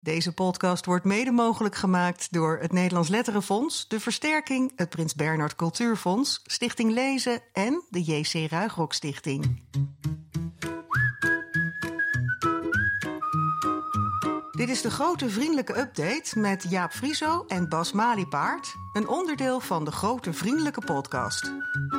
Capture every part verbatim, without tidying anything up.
Deze podcast wordt mede mogelijk gemaakt door het Nederlands Letterenfonds, de Versterking, het Prins Bernhard Cultuurfonds, Stichting Lezen en de J C Ruigrok Stichting. Dit is de grote vriendelijke update met Jaap Frieso en Bas Maliepaard, een onderdeel van de grote vriendelijke podcast.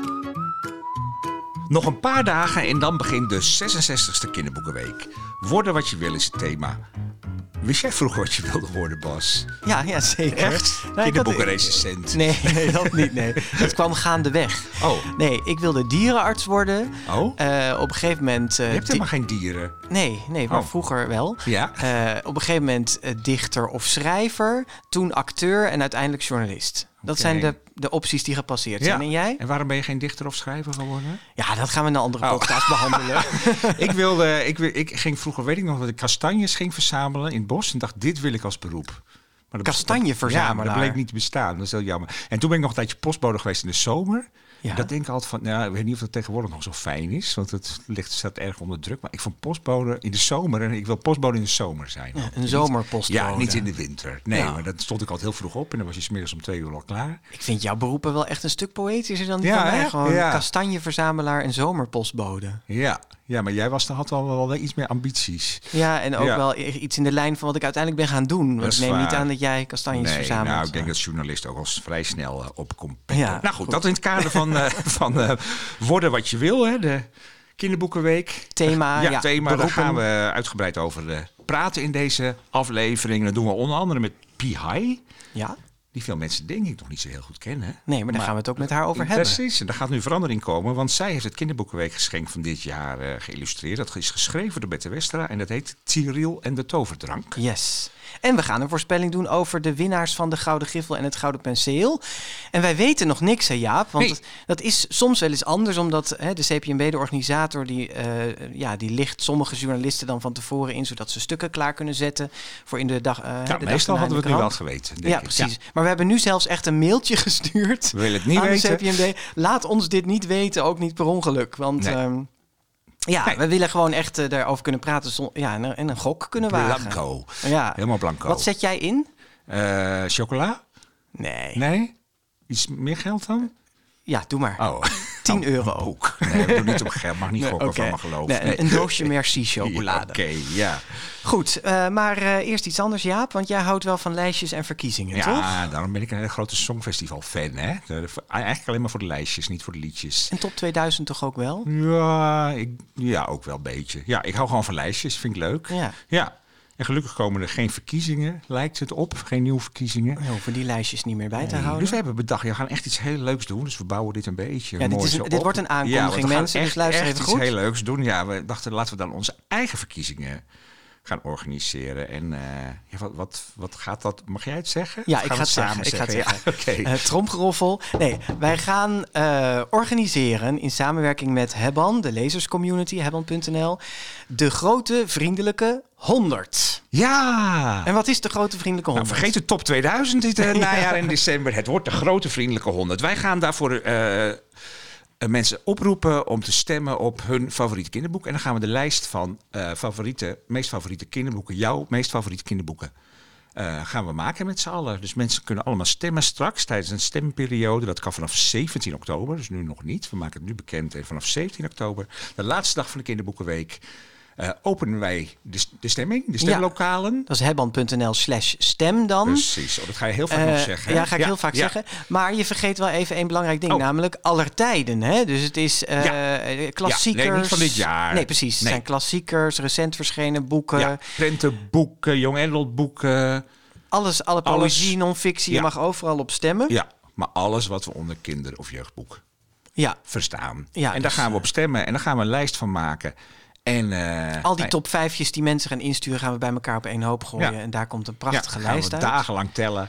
Nog een paar dagen en dan begint de zesenzestigste kinderboekenweek. Worden wat je wil is het thema. Wist jij vroeger wat je wilde worden, Bas? Ja, ja zeker. Echt? Nou, Kinderboekenrecensent? Nee, nee, dat niet. Nee. Dat kwam gaandeweg. Oh. Nee, ik wilde dierenarts worden. Oh? Uh, op een gegeven moment... Uh, je hebt di- helemaal geen dieren. Nee, nee, maar Oh. vroeger wel. Ja? Uh, op een gegeven moment uh, dichter of schrijver. Toen acteur en uiteindelijk journalist. Dat Oké. zijn de, de opties die gepasseerd zijn. Ja. En jij? En waarom ben je geen dichter of schrijver geworden? Ja, dat gaan we in een andere Oh. podcast behandelen. ik, wilde, ik, wil- ik ging vroeger, weet ik nog, dat ik kastanjes ging verzamelen in het bos. En dacht, dit wil ik als beroep. Maar dat Kastanjeverzamelaar? Ja, maar dat bleek niet te bestaan. Dat is heel jammer. En toen ben ik nog een tijdje postbode geweest in de zomer. Ja. Dat denk ik altijd van, nou, ik weet niet of dat tegenwoordig nog zo fijn is. Want het ligt, staat erg onder druk. Maar ik vond postbode in de zomer. En ik wil postbode in de zomer zijn. Ja, Ook. een Niet- zomerpostbode. Ja, niet in de winter. Nee, Ja. maar dat stond ik altijd heel vroeg op. En dan was je 's middags om twee uur al klaar. Ik vind jouw beroepen wel echt een stuk poëtischer dan die Ja, van mij. hè? Gewoon Ja. kastanjeverzamelaar en zomerpostbode. Ja, ja, maar jij was, had wel, wel, wel iets meer ambities. Ja, en ook Ja. wel iets in de lijn van wat ik uiteindelijk ben gaan doen. Want Dat ik is neem niet waar. aan dat jij kastanjes Nee, verzamelt. nou, ik denk dat journalist ook al vrij snel uh, opkomt. Ja, nou goed, goed. dat in het kader van, uh, van uh, worden wat je wil, hè, de kinderboekenweek. Thema, ja, ja, thema. Daar beroepen. gaan we uitgebreid over uh, praten in deze aflevering. Dat doen we onder andere met Pihai, Ja? die veel mensen denk ik nog niet zo heel goed kennen. Nee, maar daar gaan we het ook met haar over hebben. Precies, en daar gaat nu verandering komen, want zij heeft het kinderboekenweekgeschenk van dit jaar uh, geïllustreerd. Dat is geschreven door Bette Westra en dat heet Cyril en de Toverdrank. Yes. En we gaan een voorspelling doen over de winnaars van de Gouden Griffel en het Gouden Penseel. En wij weten nog niks, hè Jaap? Want Nee. dat, dat is soms wel eens anders, omdat hè, de C P N B, de organisator, die, uh, ja, die ligt sommige journalisten dan van tevoren in, zodat ze stukken klaar kunnen zetten voor in de dag. Uh, Nou, de dag meestal daarna hadden we in het de nu wel krant. geweten, denk Ja, ik. precies. Maar we hebben nu zelfs echt een mailtje gestuurd We willen het niet aan weten. de C P N B. Laat ons dit niet weten, ook niet per ongeluk. Want Nee. um, ja, Nee. we willen gewoon echt uh, daarover kunnen praten zon- ja, en, en een gok kunnen wagen. Blanco. Ja. Helemaal blanco. Wat zet jij in? Eh, chocola? Nee. Nee? Iets meer geld dan? Ja, doe maar. Oh. tien Oh, euro. een boek. Nee, we doen niet om geld. Mag niet Nee, gokken oké. van mijn geloof. Nee, Nee. Een doosje Merci chocolade. Ja, Oké, ja. Goed, uh, maar uh, eerst iets anders, Jaap. Want jij houdt wel van lijstjes en verkiezingen, toch? Ja, daarom ben ik een hele grote Songfestival-fan. Hè? De- Eigenlijk alleen maar voor de lijstjes, niet voor de liedjes. En top tweeduizend toch ook wel? Ja, ik, ja, ook wel een beetje. Ja, ik hou gewoon van lijstjes. Vind ik leuk. Ja. Ja. En gelukkig komen er geen verkiezingen, lijkt het op. Geen nieuwe verkiezingen. We hoeven die lijstjes niet meer bij te Nee, houden. dus we hebben bedacht, we gaan echt iets heel leuks doen. Dus we bouwen dit een beetje Ja, dit mooi is een- zo dit op. wordt een aankondiging, Ja, want we gaan mensen, dus echt, luister echt even iets goed. heel leuks doen. Ja, we dachten, laten we dan onze eigen verkiezingen gaan organiseren. En uh, ja, wat, wat, wat gaat dat? Mag jij het zeggen? Ja, Of ik gaan ga we het zeggen. Ik ga het samen zeggen. Ja, oké. Uh, tromgeroffel. Nee, wij gaan uh, organiseren in samenwerking met Hebban, de lezerscommunity, hebban punt n l, de grote vriendelijke honderd. Ja! En wat is de grote vriendelijke Nou, honderd? vergeet de top tweeduizend dit uh, najaar in december. Het wordt de grote vriendelijke honderd. Wij gaan daarvoor uh, uh, mensen oproepen om te stemmen op hun favoriete kinderboek. En dan gaan we de lijst van uh, favoriete, meest favoriete kinderboeken, jouw meest favoriete kinderboeken, Uh, gaan we maken met z'n allen. Dus mensen kunnen allemaal stemmen straks tijdens een stemperiode. Dat kan vanaf zeventien oktober, dus nu nog niet. We maken het nu bekend. En vanaf zeventien oktober, de laatste dag van de Kinderboekenweek, uh, openen wij de, de stemming, de stemlokalen. Dat is hebban punt n l slash stem dan. Precies, oh, dat ga je heel vaak Uh, nog zeggen. Hè? Ja, ga ik heel vaak ja. zeggen. Maar je vergeet wel even één belangrijk ding, Oh. namelijk aller tijden. Hè? Dus het is uh, Ja. klassiekers. Ja, nee, niet van dit jaar. Nee, precies. Het Nee. zijn klassiekers, recent verschenen boeken. Ja, prentenboeken, young adult boeken. Alles, alle Alles. poëzie, non-fictie. Ja. Je mag overal op stemmen. Ja, maar alles wat we onder kinder- of jeugdboek Ja. verstaan. Ja, en daar dus, gaan we op stemmen en daar gaan we een lijst van maken. En, uh, Al die nou, top vijfjes die mensen gaan insturen, gaan we bij elkaar op één hoop gooien. Ja. En daar komt een ja, prachtige gaan lijst we uit. dagenlang tellen.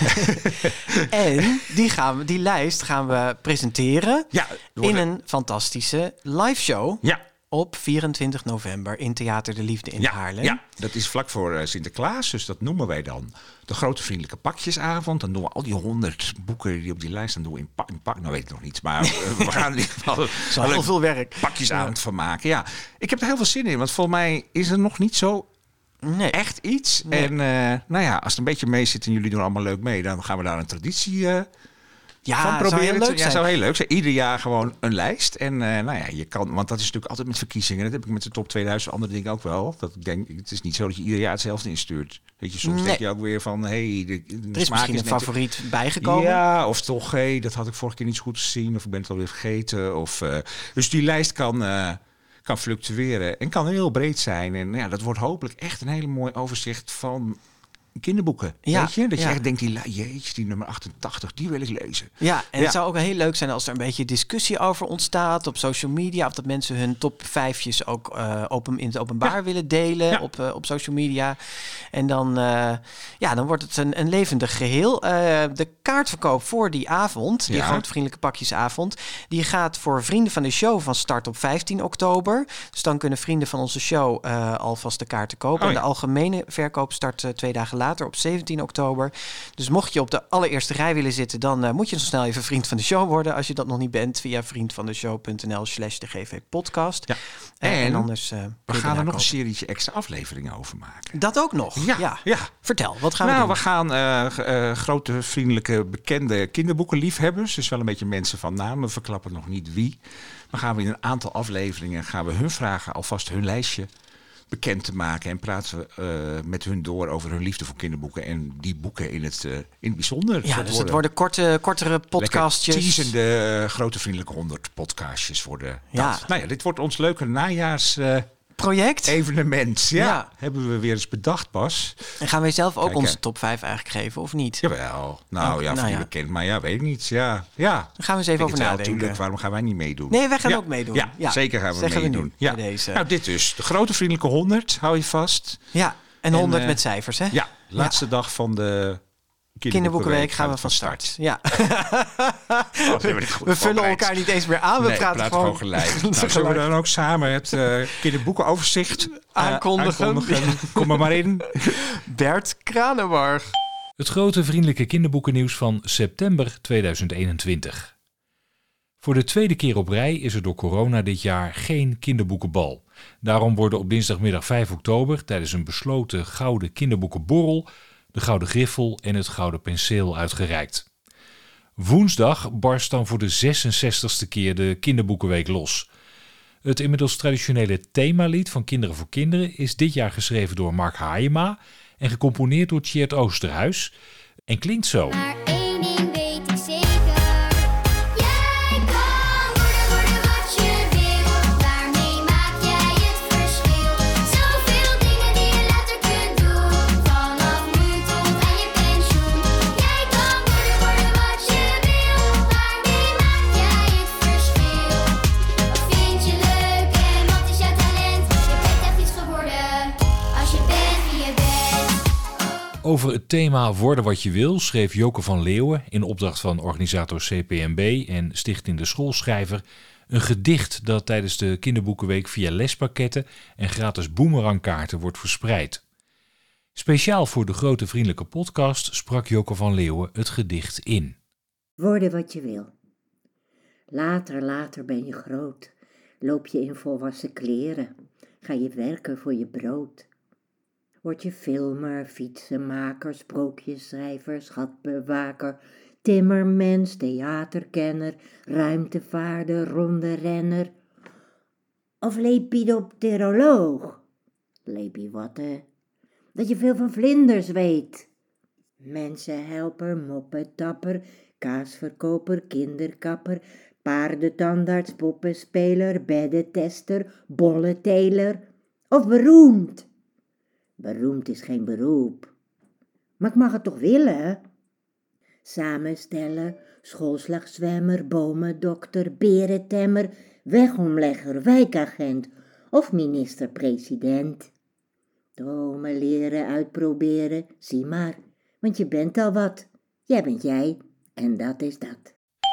En die, gaan we, die lijst gaan we presenteren Ja, in worden- een fantastische live show. Ja. Op vierentwintig november in Theater de Liefde in Ja, Haarlem. ja, dat is vlak voor uh, Sinterklaas. Dus dat noemen wij dan de grote vriendelijke pakjesavond. Dan doen we al die honderd boeken die op die lijst staan doen we in pak. In pak. Nou weet ik nog niet, maar uh, we gaan in ieder geval Zo heel veel werk. pakjesavond van maken. Ja, ik heb er heel veel zin in, want volgens mij is er nog niet zo Nee. echt iets. Nee. En uh, nou ja, als het een beetje mee zit en jullie doen allemaal leuk mee, dan gaan we daar een traditie uh, ja, van proberen. Zou heel leuk te, zijn. Ja, zou heel leuk zijn. Ieder jaar gewoon een lijst. En uh, nou ja, je kan, want dat is natuurlijk altijd met verkiezingen. Dat heb ik met de top tweeduizend andere dingen ook wel. Dat ik denk, het is niet zo dat je ieder jaar hetzelfde instuurt. Weet je, soms nee. denk je ook weer van, hey, de, de er is smaak misschien is een net, favoriet bijgekomen. Ja, of toch, hey, dat had ik vorige keer niet zo goed gezien. Of ik ben het alweer vergeten. Of, uh, dus die lijst kan, uh, kan fluctueren en kan heel breed zijn. En ja, dat wordt hopelijk echt een hele mooi overzicht van kinderboeken. Ja, weet je? Dat ja. je echt denkt, die, jeetje, die nummer achtentachtig, die wil ik lezen. Ja, en ja. het zou ook heel leuk zijn als er een beetje discussie over ontstaat op social media. Of dat mensen hun top vijfjes ook uh, open, in het openbaar ja. willen delen ja. op, uh, op social media. En dan, uh, ja, dan wordt het een, een levendig geheel. Uh, de kaartverkoop voor die avond, die ja. grote vriendelijke pakjesavond, die gaat voor vrienden van de show van start op vijftien oktober. Dus dan kunnen vrienden van onze show uh, alvast de kaarten kopen. Oh, ja. En de algemene verkoop start uh, twee dagen later op zeventien oktober. Dus mocht je op de allereerste rij willen zitten, dan uh, moet je zo snel even vriend van de show worden. Als je dat nog niet bent, via vriendvandeshow.nl slash de GV podcast. Ja. En, en, en anders uh, we gaan er nog kopen. een serietje extra afleveringen over maken. Dat ook nog? Ja. ja. ja. Vertel, wat gaan nou, we doen? we gaan uh, uh, grote, vriendelijke, bekende kinderboekenliefhebbers. Dus wel een beetje mensen van naam. We verklappen nog niet wie. Maar gaan we in een aantal afleveringen gaan we hun vragen, alvast hun lijstje bekend te maken. En praten we uh, met hun door over hun liefde voor kinderboeken. En die boeken in het, uh, in het bijzonder. Ja, dus worden, het worden korte, kortere podcastjes. Teasende uh, grote vriendelijke honderd podcastjes worden. Ja. Dat. Nou ja, dit wordt ons leuke najaars uh, project. Evenement. Ja, ja. Hebben we weer eens bedacht pas. En gaan wij zelf ook Kijk, onze top vijf eigenlijk geven, of niet? Jawel. Nou oh, ja, nou voor ja. bekend. Maar ja, weet ik niet. Ja, ja. Dan gaan we eens even over wel, nadenken. Tuurlijk, waarom gaan wij niet meedoen? Nee, wij gaan ja. ook meedoen. Ja, ja. zeker gaan we Zeggen meedoen. We ja. deze. Nou, dit dus. De grote vriendelijke honderd, hou je vast. Ja, en honderd uh, met cijfers, hè? Ja, laatste ja. dag van de Kinderboekenweek gaan we van start. start. Ja. Oh, we we vullen elkaar niet eens meer aan. We nee, praten, praten gewoon, gewoon gelijk. Nou, zullen we dan ook samen het uh, kinderboekenoverzicht uh, aankondigen? aankondigen? Kom er maar in. Bert Kranenbarg. Het grote vriendelijke kinderboekennieuws van september tweeduizend eenentwintig. Voor de tweede keer op rij is er door corona dit jaar geen kinderboekenbal. Daarom worden op dinsdagmiddag vijf oktober tijdens een besloten gouden kinderboekenborrel de Gouden Griffel en het Gouden Penseel uitgereikt. Woensdag barst dan voor de zesenzestigste keer de Kinderboekenweek los. Het inmiddels traditionele themalied van Kinderen voor Kinderen is dit jaar geschreven door Mark Haijema en gecomponeerd door Tjeerd Oosterhuis en klinkt zo. Maar één ding weet ik zeker, jij kan worden, worden wat je wil, daarmee maak jij het verschil. Zoveel dingen die je later kunt doen, vanaf nu tot aan je pensioen. Jij kan worden, worden wat je wil, daarmee maak jij het verschil. Wat vind je leuk en wat is jouw talent? Je bent echt iets geworden, als je bent wie je bent. Over het thema Worden wat je wil schreef Joke van Leeuwen in opdracht van organisator C P M B en Stichting de Schoolschrijver een gedicht dat tijdens de Kinderboekenweek via lespakketten en gratis boemerangkaarten wordt verspreid. Speciaal voor de grote vriendelijke podcast sprak Joke van Leeuwen het gedicht in. Worden wat je wil. Later, later ben je groot. Loop je in volwassen kleren. Ga je werken voor je brood. Word je filmer, fietsenmaker, sprookjesschrijver, schatbewaker, timmermens, theaterkenner, ruimtevaarder, ronde renner. Of lepidopteroloog. Lepiwatte. Dat je veel van vlinders weet. Mensenhelper, moppetapper, kaasverkoper, kinderkapper, paardentandarts, poppenspeler, beddentester, bolleteler. Of beroemd. Beroemd is geen beroep. Maar ik mag het toch willen? Samensteller, schoolslagzwemmer, bomendokter, berentemmer, wegomlegger, wijkagent of minister-president. Dromen leren, uitproberen, zie maar, want je bent al wat. Jij bent jij en dat is dat.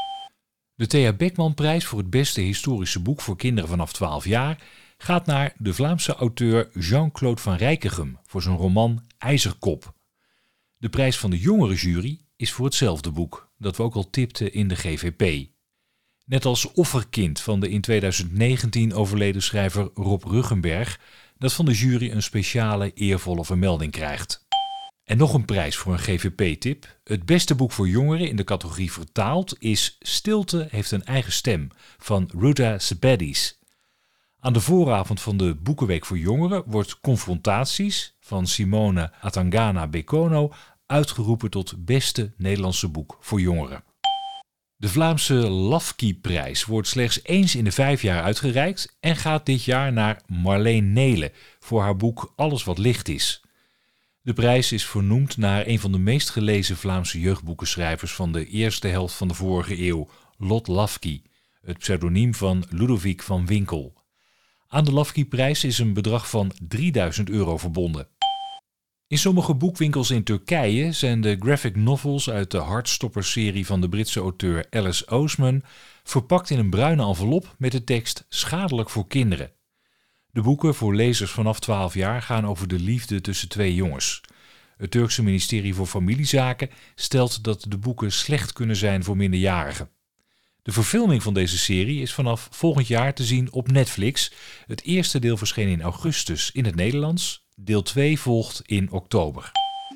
De Thea Beckmanprijs voor het beste historische boek voor kinderen vanaf twaalf jaar gaat naar de Vlaamse auteur Jean-Claude van Rijkegem voor zijn roman IJzerkop. De prijs van de jongere jury is voor hetzelfde boek, dat we ook al tipten in de G V P. Net als Offerkind van de in tweeduizend negentien overleden schrijver Rob Ruggenberg dat van de jury een speciale eervolle vermelding krijgt. En nog een prijs voor een G V P-tip. Het beste boek voor jongeren in de categorie vertaald is Stilte heeft een eigen stem van Ruta Sepetys. Aan de vooravond van de Boekenweek voor Jongeren wordt Confrontaties van Simone Atangana Bekono uitgeroepen tot beste Nederlandse boek voor jongeren. De Vlaamse Lafki-prijs wordt slechts eens in de vijf jaar uitgereikt en gaat dit jaar naar Marleen Nelen voor haar boek Alles wat licht is. De prijs is vernoemd naar een van de meest gelezen Vlaamse jeugdboekenschrijvers van de eerste helft van de vorige eeuw, Lot Lafki, het pseudoniem van Ludovic van Winkel. Aan de Lafki-prijs is een bedrag van drieduizend euro verbonden. In sommige boekwinkels in Turkije zijn de graphic novels uit de Heartstopper-serie van de Britse auteur Alice Oseman verpakt in een bruine envelop met de tekst schadelijk voor kinderen. De boeken voor lezers vanaf twaalf jaar gaan over de liefde tussen twee jongens. Het Turkse ministerie voor Familiezaken stelt dat de boeken slecht kunnen zijn voor minderjarigen. De verfilming van deze serie is vanaf volgend jaar te zien op Netflix. Het eerste deel verscheen in augustus in het Nederlands. Deel twee volgt in oktober.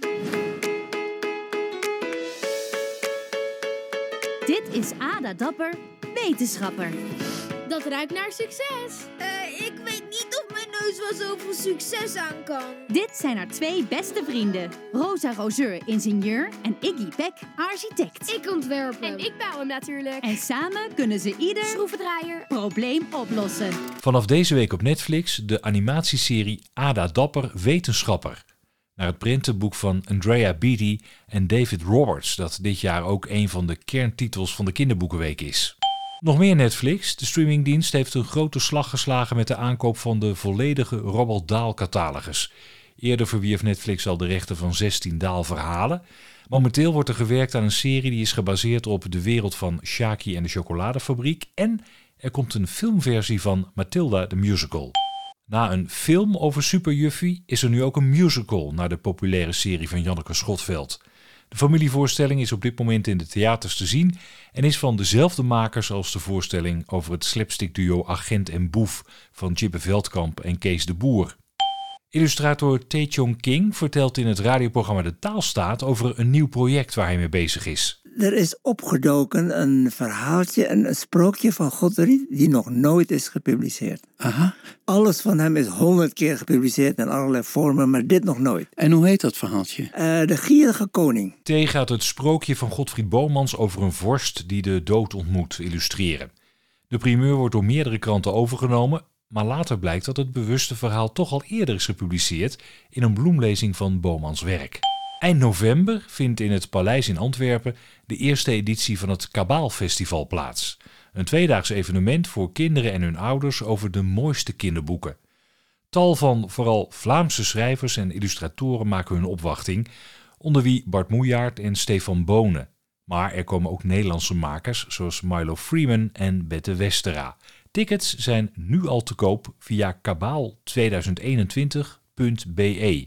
Dit is Ada Dapper, wetenschapper. Dat ruikt naar succes. Uh, ik weet niet of mijn neus wel zoveel succes aan kan. Dit zijn haar twee beste vrienden. Rosa Roseur, ingenieur, en Iggy Peck, architect. Ik ontwerp hem. En ik bouw hem natuurlijk. En samen kunnen ze ieder schroevendraaier probleem oplossen. Vanaf deze week op Netflix de animatieserie Ada Dapper, wetenschapper. Naar het prentenboek van Andrea Beatty en David Roberts, dat dit jaar ook een van de kerntitels van de Kinderboekenweek is. Nog meer Netflix. De streamingdienst heeft een grote slag geslagen met de aankoop van de volledige Roald Dahl-catalogus. Eerder verwierf Netflix al de rechten van zestien Dahl-verhalen. Momenteel wordt er gewerkt aan een serie die is gebaseerd op de wereld van Shaki en de chocoladefabriek. En er komt een filmversie van Mathilda the Musical. Na een film over Superjuffie is er nu ook een musical naar de populaire serie van Janneke Schotveld. De familievoorstelling is op dit moment in de theaters te zien en is van dezelfde makers als de voorstelling over het slapstickduo Agent en Boef van Jibbe Veldkamp en Kees de Boer. Illustrator Tae-Chong King vertelt in het radioprogramma De Taalstaat over een nieuw project waar hij mee bezig is. Er is opgedoken een verhaaltje, een, een sprookje van Godfried die nog nooit is gepubliceerd. Aha. Alles van hem is honderd keer gepubliceerd in allerlei vormen, maar dit nog nooit. En hoe heet dat verhaaltje? Uh, de Gierige Koning. Thee gaat het sprookje van Godfried Bomans over een vorst die de dood ontmoet illustreren. De primeur wordt door meerdere kranten overgenomen, maar later blijkt dat het bewuste verhaal toch al eerder is gepubliceerd in een bloemlezing van Bomans werk. Eind november vindt in het Paleis in Antwerpen de eerste editie van het Kabaalfestival plaats. Een tweedaags evenement voor kinderen en hun ouders over de mooiste kinderboeken. Tal van vooral Vlaamse schrijvers en illustratoren maken hun opwachting, onder wie Bart Moejaert en Stefan Bonen. Maar er komen ook Nederlandse makers zoals Milo Freeman en Bette Westera. Tickets zijn nu al te koop via kabaal tweeduizend eenentwintig punt b e.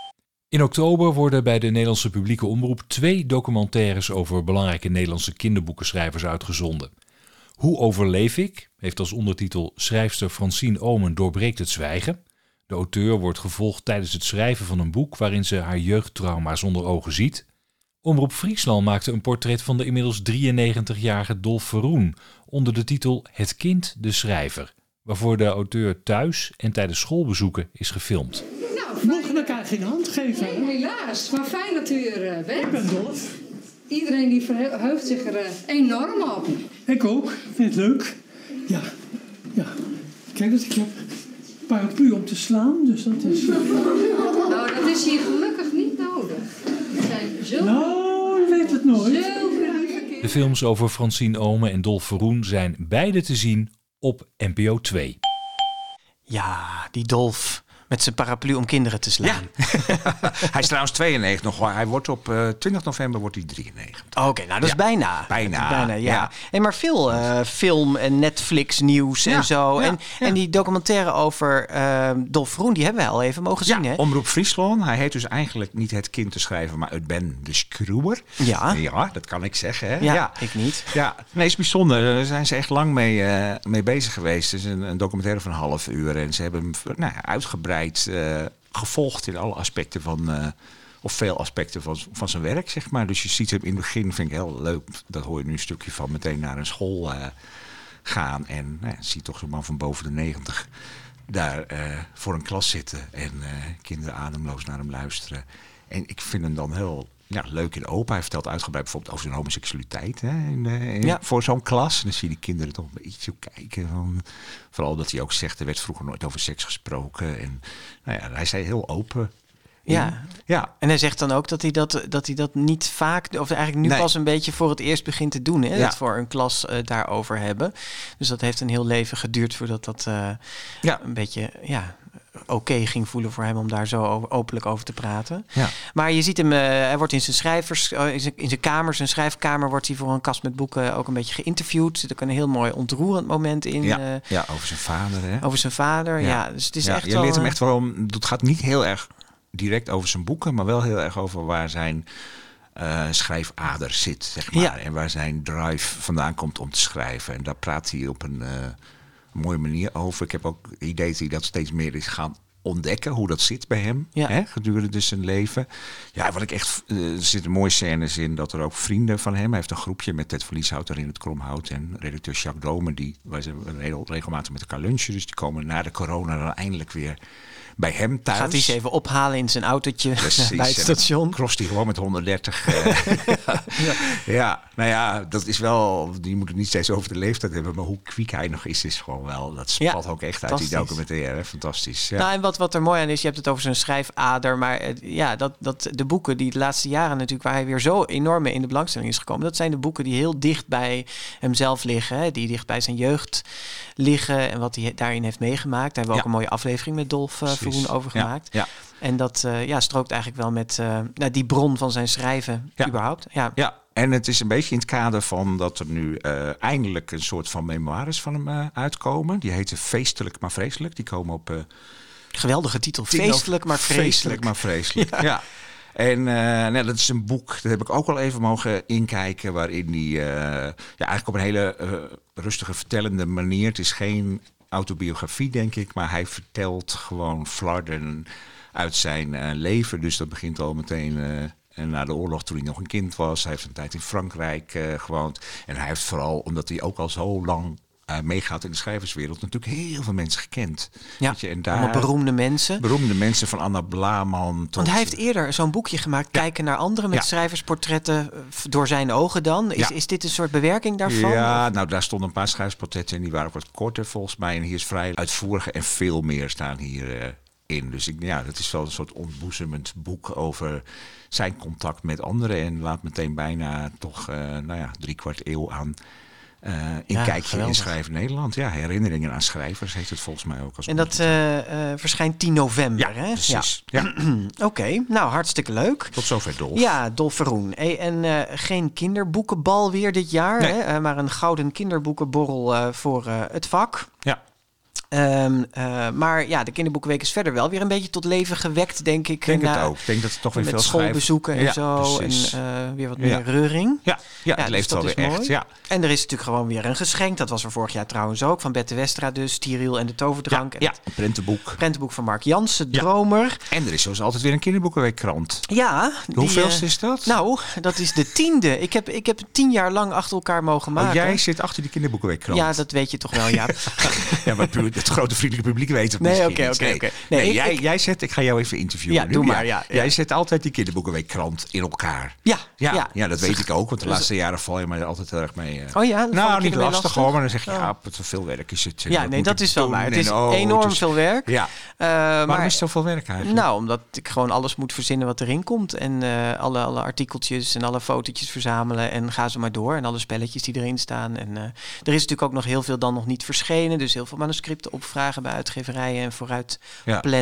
In oktober worden bij de Nederlandse publieke omroep twee documentaires over belangrijke Nederlandse kinderboekenschrijvers uitgezonden. Hoe overleef ik? Heeft als ondertitel schrijfster Francine Omen doorbreekt het zwijgen. De auteur wordt gevolgd tijdens het schrijven van een boek waarin ze haar jeugdtrauma's onder ogen ziet. Omroep Friesland maakte een portret van de inmiddels drieënnegentigjarige Dolf Verroen onder de titel Het kind, de schrijver, waarvoor de auteur thuis en tijdens schoolbezoeken is gefilmd. We mogen elkaar geen hand geven. Nee, helaas. Maar fijn dat u er uh, bent. Ik ben Dolf. Iedereen die verheugt zich er uh, enorm op. Ik ook. Vind het leuk. Ja. Ja. Kijk, dus ik heb een paraplu om te slaan, dus dat is... Uh... Nou, dat is hier gelukkig niet nodig. Er zijn zoveel... Nou, je weet het nooit. De films over Francine Omen en Dolf Verroen zijn beide te zien op N P O twee. Ja, die Dolf... met zijn paraplu om kinderen te slaan. Ja. Hij is trouwens tweeënnegentig nog. Hij wordt op uh, twintig november wordt hij drieënnegentig. Oké, okay, nou dat is ja. bijna. Bijna. Bijna, ja. ja. Hey, maar veel uh, film en Netflix nieuws ja. en zo. Ja. En, Ja. en die documentaire over uh, Dolf Verroen, die hebben we al even mogen zien. Ja, hè? Omroep Friesland. Hij heet dus eigenlijk niet Het kind te schrijven, maar Het ben de Skroeber. Ja. Ja, dat kan ik zeggen. Hè? Ja, ja, ik niet. Ja, nee, is bijzonder. Daar zijn ze echt lang mee, uh, mee bezig geweest. Het is een, een documentaire van een half uur. En ze hebben hem nou, uitgebreid uitgebreid uh, gevolgd in alle aspecten van... Uh, of veel aspecten van, van zijn werk, zeg maar. Dus je ziet hem in het begin, vind ik heel leuk. Dat hoor je nu een stukje van, meteen naar een school uh, gaan. En nou ja, zie toch zo'n man van boven de negentig daar uh, voor een klas zitten. En uh, kinderen ademloos naar hem luisteren. En ik vind hem dan heel ja, leuk en open. Hij vertelt uitgebreid bijvoorbeeld over zijn homoseksualiteit. Hè, in, uh, in, ja. Voor zo'n klas. En dan zie je die kinderen toch een beetje kijken. Van, vooral dat hij ook zegt, er werd vroeger nooit over seks gesproken. En nou ja, hij zei heel open... Ja. ja, en hij zegt dan ook dat hij dat, dat hij dat niet vaak, of eigenlijk nu nee. pas een beetje voor het eerst begint te doen. Hè? Ja. Dat voor een klas uh, daarover hebben. Dus dat heeft een heel leven geduurd voordat dat uh, ja. een beetje ja, oké okay ging voelen voor hem om daar zo over, openlijk over te praten. Ja. Maar je ziet hem, uh, hij wordt in zijn schrijvers, uh, in, zijn, in zijn kamer, zijn schrijfkamer, wordt hij voor een kast met boeken ook een beetje geïnterviewd. Er zit ook een heel mooi ontroerend moment in. Ja, uh, ja over zijn vader. Hè? Over zijn vader, ja. ja dus het is ja, echt je wel... leert hem echt wel om, het gaat niet heel erg direct over zijn boeken, maar wel heel erg over waar zijn uh, schrijfader zit, zeg maar. Ja. En waar zijn drive vandaan komt om te schrijven. En daar praat hij op een uh, mooie manier over. Ik heb ook het idee dat hij dat steeds meer is gaan ontdekken, hoe dat zit bij hem, ja. hè, gedurende dus zijn leven. Ja, wat ik echt, uh, er zitten mooie scènes in dat er ook vrienden van hem, hij heeft een groepje met Ted Verlieshout in het Kromhout en redacteur Jacques Domen, die wij zijn heel regelmatig met elkaar lunchen, dus die komen na de corona dan eindelijk weer bij hem thuis. Gaat hij ze even ophalen in zijn autootje bij het station. Crost hij gewoon met honderddertig. Uh, ja. ja, nou ja, dat is wel... Je moet het niet steeds over de leeftijd hebben, maar hoe kwiek hij nog is, is gewoon wel... Dat spat ja, ook echt uit die documentaire. Fantastisch. Ja. Nou, en wat, wat er mooi aan is, je hebt het over zijn schrijfader, maar uh, ja, dat, dat de boeken die de laatste jaren natuurlijk, waar hij weer zo enorm in de belangstelling is gekomen, dat zijn de boeken die heel dicht bij hemzelf liggen, hè, die dicht bij zijn jeugd liggen en wat hij daarin heeft meegemaakt. Daar hebben we ja. ook een mooie aflevering met Dolf uh, Verhoen over gemaakt. Ja, ja. En dat uh, ja, strookt eigenlijk wel met uh, nou, die bron van zijn schrijven ja. überhaupt. Ja. ja, en het is een beetje in het kader van dat er nu uh, eindelijk een soort van memoires van hem uh, uitkomen. Die heten Feestelijk maar Vreselijk. Die komen op... Uh, Geweldige titel. Feestelijk maar Vreselijk. Feestelijk maar Vreselijk, ja. ja. En uh, nou, dat is een boek, dat heb ik ook al even mogen inkijken, waarin die uh, ja, eigenlijk op een hele uh, rustige, vertellende manier. Het is geen autobiografie, denk ik, maar hij vertelt gewoon flarden uit zijn uh, leven. Dus dat begint al meteen uh, na de oorlog, toen hij nog een kind was. Hij heeft een tijd in Frankrijk uh, gewoond. En hij heeft vooral, omdat hij ook al zo lang Uh, meegaat in de schrijverswereld, natuurlijk heel veel mensen gekend. Ja, weet je, en daar, allemaal beroemde mensen. Beroemde mensen, van Anna Blaman tot... Want hij heeft eerder zo'n boekje gemaakt, ja. Kijken naar anderen met ja. schrijversportretten door zijn ogen dan. Is, ja. is dit een soort bewerking daarvan? Ja, of? Nou daar stonden een paar schrijversportretten en die waren wat korter volgens mij. En hier is vrij uitvoerig en veel meer staan hier uh, in. Dus ik, ja, dat is wel een soort ontboezemend boek over zijn contact met anderen. En laat meteen bijna toch, uh, nou ja, drie kwart eeuw aan... Uh, in ja, kijkje in Schrijven Nederland. Ja, herinneringen aan schrijvers heet het volgens mij ook. Als en dat uh, uh, verschijnt tien november, ja, hè? Precies. Ja. ja. Oké, okay, nou hartstikke leuk. Tot zover Dolf. Ja, Dolf Verhoen. Hey, en uh, geen kinderboekenbal weer dit jaar, nee. hè? Uh, maar een gouden kinderboekenborrel uh, voor uh, het vak. Ja. Um, uh, maar ja, de kinderboekenweek is verder wel weer een beetje tot leven gewekt, denk ik. Ik denk na, het ook. Ik denk dat het toch weer met veel schoolbezoeken en ja, zo. Precies. En uh, weer wat meer ja. reuring. Ja, ja, ja het dus leeft wel weer echt. Ja. En er is natuurlijk gewoon weer een geschenk. Dat was er vorig jaar trouwens ook. Van Bette Westra dus. Tiril en de Toverdrank. Ja, en ja een prentenboek. Prentenboek van Mark Jansen, Dromer. Ja. En er is zoals altijd weer een kinderboekenweekkrant. Ja. Hoeveelste uh, is dat? Nou, dat is de tiende. Ik heb, ik heb tien jaar lang achter elkaar mogen maken. Oh, jij zit achter die kinderboekenweekkrant. Ja, dat weet je toch wel, Jaap. ja, maar het grote vriendelijke publiek weet het Nee, oké, oké, oké. Nee, jij, jij zet, ik ga jou even interviewen. Ja, nu. doe maar. Ja, ja. Jij zet altijd die kinderboekenweekkrant in elkaar. Ja, ja, ja. ja dat weet ik ook, want de laatste jaren val je mij er altijd heel erg mee. Uh... Oh ja? Nou, niet lastig, lastig hoor, maar dan zeg je, oh. ja, wat veel werk is het. Ja, nee, dat is wel waar. Het is oh, enorm het is... veel werk. Ja. Uh, Waarom maar, is het zoveel werk eigenlijk? Nou, omdat ik gewoon alles moet verzinnen wat erin komt. En uh, alle, alle artikeltjes en alle fotootjes verzamelen. En ga zo maar door. En alle spelletjes die erin staan. En uh, er is natuurlijk ook nog heel veel dan nog niet verschenen. Dus heel veel manuscripten opvragen bij uitgeverijen en vooruit ja. plannen.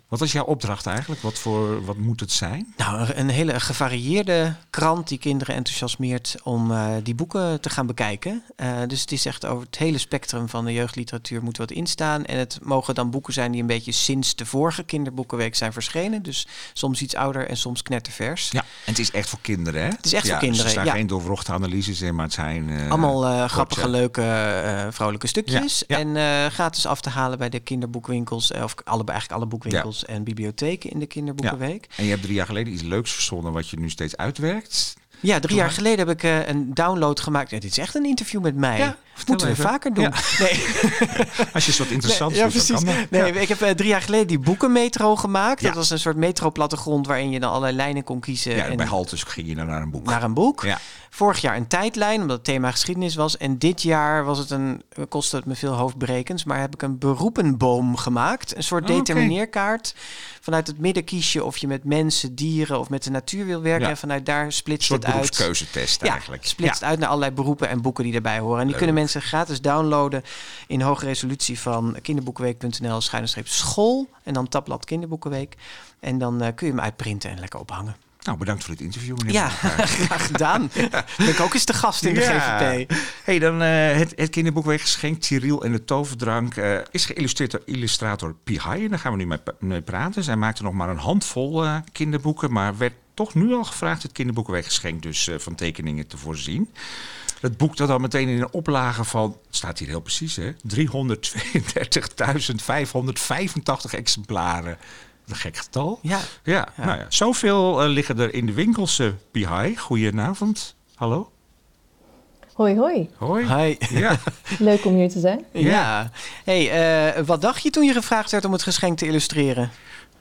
Wat is jouw opdracht eigenlijk? Wat, voor, wat moet het zijn? Nou, een hele gevarieerde krant die kinderen enthousiasmeert om uh, die boeken te gaan bekijken. Uh, dus het is echt over het hele spectrum van de jeugdliteratuur moet wat instaan. En het mogen dan boeken zijn die een beetje sinds de vorige kinderboekenweek zijn verschenen. Dus soms iets ouder en soms knettervers. Ja, en het is echt voor kinderen, hè? Het is echt ja, voor kinderen, dus er staan ja. geen doorwrochte analyses in, maar het zijn... Uh, Allemaal uh, kort, grappige, ja. leuke, uh, vrolijke stukjes. Ja, ja. En uh, gratis af te halen bij de kinderboekwinkels. Uh, of alle, eigenlijk alle boekwinkels ja. en bibliotheken in de kinderboekenweek. Ja. En je hebt drie jaar geleden iets leuks verzonnen wat je nu steeds uitwerkt. Ja, drie jaar geleden heb ik uh, een download gemaakt. Ja, dit is echt een interview met mij. Ja, moeten we even. vaker doen. Ja. Nee. Als je eens wat interessants nee, ja, doet, precies. dan kan Nee, ja. Ik heb uh, drie jaar geleden die boekenmetro gemaakt. Ja. Dat was een soort metro-plattegrond waarin je dan allerlei lijnen kon kiezen. Ja, en bij haltes ging je dan naar een boek. Naar een boek. Ja. Vorig jaar een tijdlijn, omdat het thema geschiedenis was. En dit jaar was het een, kostte het me veel hoofdbrekens. Maar heb ik een beroepenboom gemaakt. Een soort Oh, okay. determineerkaart. Vanuit het midden kies je of je met mensen, dieren of met de natuur wil werken. Ja. En vanuit daar splitst een het soort uit. beroepskeuzetest Ja, eigenlijk. splitst ja. uit naar allerlei beroepen en boeken die daarbij horen. En die Leuk. kunnen mensen gratis downloaden in hoge resolutie van kinderboekenweek punt n l schuine streep school. En dan tabblad kinderboekenweek. En dan uh, kun je hem uitprinten en lekker ophangen. Nou, bedankt voor dit interview, meneer. Ja, graag gedaan. Ja. Ben ik ook eens te gast in de ja. G V P. Hey, dan uh, het, het kinderboekweekgeschenk Cyril en de toverdrank uh, is geïllustreerd door illustrator Pihai. En daar gaan we nu mee, mee praten. Zij maakte nog maar een handvol uh, kinderboeken, maar werd toch nu al gevraagd het kinderboekweekgeschenk dus uh, van tekeningen te voorzien. Het boek dat al meteen in een oplage van, het staat hier heel precies hè, driehonderdtweeëndertigduizend vijfhonderdvijfentachtig exemplaren. Een gek getal. Ja. Ja, ja. Nou ja, zoveel uh, liggen er in de winkels. Uh, Pihai, goedenavond. Hallo. Hoi, hoi. Hoi. Hi. Ja. Leuk om hier te zijn. Ja. ja. Hey, uh, wat dacht je toen je gevraagd werd om het geschenk te illustreren?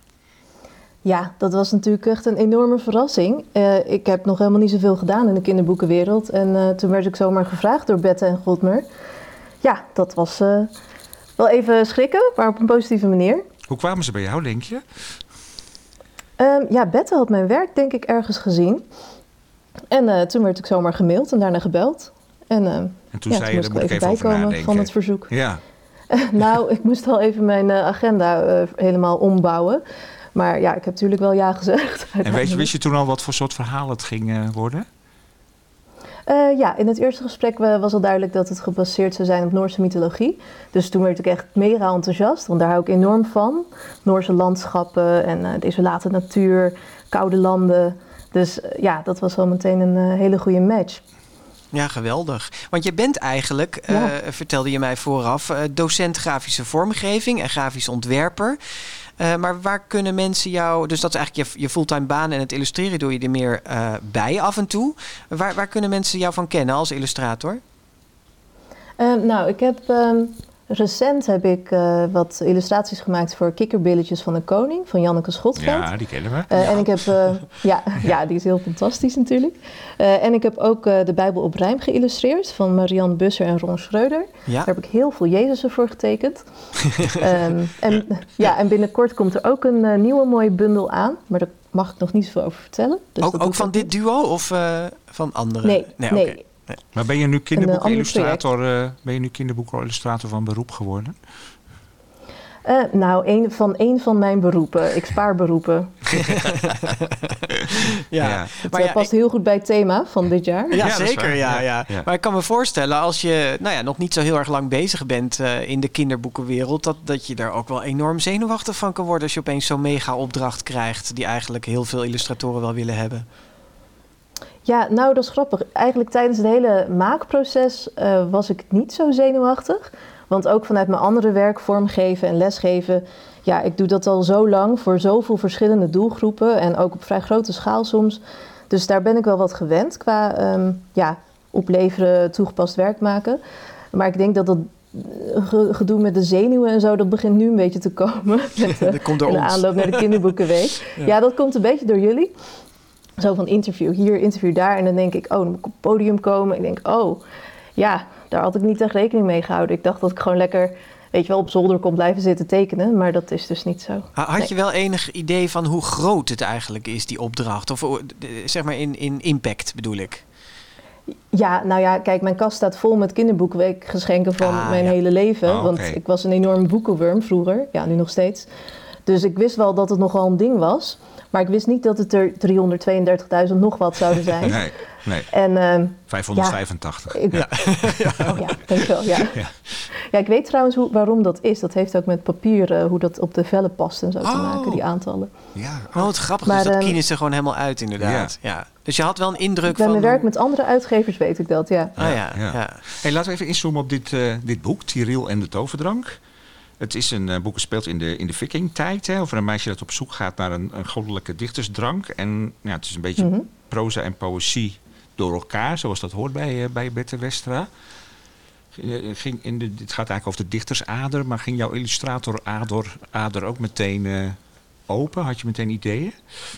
Ja, dat was natuurlijk echt een enorme verrassing. Uh, ik heb nog helemaal niet zoveel gedaan in de kinderboekenwereld. En uh, toen werd ik zomaar gevraagd door Bette en Godmer. Ja, dat was uh, wel even schrikken, maar op een positieve manier. Hoe kwamen ze bij jou, denk je? Um, ja, Bette had mijn werk denk ik ergens gezien. En uh, toen werd ik zomaar gemaild en daarna gebeld. En, uh, en toen ja, zei toen je, daar moet ik even over nadenken. Van het verzoek. Ja. Uh, nou, ik moest al even mijn uh, agenda uh, helemaal ombouwen. Maar ja, ik heb natuurlijk wel ja gezegd. En weet je, wist je toen al wat voor soort verhaal het ging uh, worden? Uh, ja, in het eerste gesprek was al duidelijk dat het gebaseerd zou zijn op Noorse mythologie. Dus toen werd ik echt mega enthousiast, want daar hou ik enorm van. Noorse landschappen en uh, de isolate natuur, koude landen. Dus uh, ja, dat was wel meteen een uh, hele goede match. Ja, geweldig. Want je bent eigenlijk, ja. uh, vertelde je mij vooraf, uh, docent grafische vormgeving en grafisch ontwerper. Uh, maar waar kunnen mensen jou... Dus dat is eigenlijk je, je fulltime baan en het illustreren doe je er meer uh, bij af en toe. Waar, waar kunnen mensen jou van kennen als illustrator? Uh, nou, ik heb... Um, recent heb ik uh, wat illustraties gemaakt voor Kikkerbilletjes van de Koning, van Janneke Schotveld. Ja, die kennen we. Uh, ja. En ik heb... Uh, ja, ja, die is heel fantastisch natuurlijk. Uh, en ik heb ook uh, de Bijbel op rijm geïllustreerd van Marianne Busser en Ron Schreuder. Ja. Daar heb ik heel veel Jezusen voor getekend. um, en, ja, en binnenkort komt er ook een uh, nieuwe mooie bundel aan, maar daar mag ik nog niet zoveel over vertellen. Dus ook ook van dit duo of uh, van andere? Nee, nee. nee. Okay. Nee. Maar ben je nu kinderboekillustrator, uh, ben je nu kinderboekillustrator van beroep geworden? Uh, nou, een van een van mijn beroepen. Ik spaar beroepen. ja, ja. Het maar uh, ja, past ik... heel goed bij het thema van dit jaar. Ja, ja zeker. Ja, ja. Ja. Maar ik kan me voorstellen, als je nou ja, nog niet zo heel erg lang bezig bent uh, in de kinderboekenwereld, dat, dat je daar ook wel enorm zenuwachtig van kan worden als je opeens zo'n mega opdracht krijgt die eigenlijk heel veel illustratoren wel willen hebben. Ja, nou dat is grappig. Eigenlijk tijdens het hele maakproces uh, was ik niet zo zenuwachtig. Want ook vanuit mijn andere werk, vormgeven en lesgeven, ja, ik doe dat al zo lang voor zoveel verschillende doelgroepen en ook op vrij grote schaal soms. Dus daar ben ik wel wat gewend qua um, ja, opleveren, toegepast werk maken. Maar ik denk dat dat gedoe met de zenuwen en zo, dat begint nu een beetje te komen. Met de, dat komt door de ons. aanloop naar de kinderboekenweek. ja. ja, dat komt een beetje door jullie. Zo van interview hier, interview daar. En dan denk ik, oh, dan moet ik op het podium komen. Ik denk, oh, ja, daar had ik niet echt rekening mee gehouden. Ik dacht dat ik gewoon lekker, weet je wel, op zolder kon blijven zitten tekenen. Maar dat is dus niet zo. Had nee. je wel enig idee van hoe groot het eigenlijk is, die opdracht? Of zeg maar in, in impact bedoel ik? Ja, nou ja, kijk, mijn kast staat vol met kinderboekweekgeschenken van ah, mijn ja. hele leven. Oh, okay. Want ik was een enorme boekenworm vroeger. Ja, nu nog steeds. Dus ik wist wel dat het nogal een ding was. Maar ik wist niet dat het er driehonderdtweeëndertigduizend nog wat zouden zijn. Nee, nee. En, uh, vijfhonderdvijfentachtig. Ja, ik, ja. Oh ja, dankjewel. Ja. Ja. Ja, ik weet trouwens hoe, waarom dat is. Dat heeft ook met papier, uh, hoe dat op de vellen past en zo oh. te maken, die aantallen. Ja, oh, wat grappig. Maar, dus dat kiezen ze gewoon helemaal uit, inderdaad. Ja. Ja. Dus je had wel een indruk bij van... Bij mijn werk met andere uitgevers weet ik dat, ja. Ah, ja, ja. ja. Hey, laten we even inzoomen op dit, uh, dit boek, Tiril en de toverdrank. Het is een uh, boek dat speelt in de, in de vikingtijd. Hè, over een meisje dat op zoek gaat naar een, een goddelijke dichtersdrank. En ja, het is een beetje mm-hmm. proza en poëzie door elkaar, zoals dat hoort bij, uh, bij Bette Westra. Ging in de, het gaat eigenlijk over de dichtersader, maar ging jouw illustratorader ader ook meteen uh, open? Had je meteen ideeën?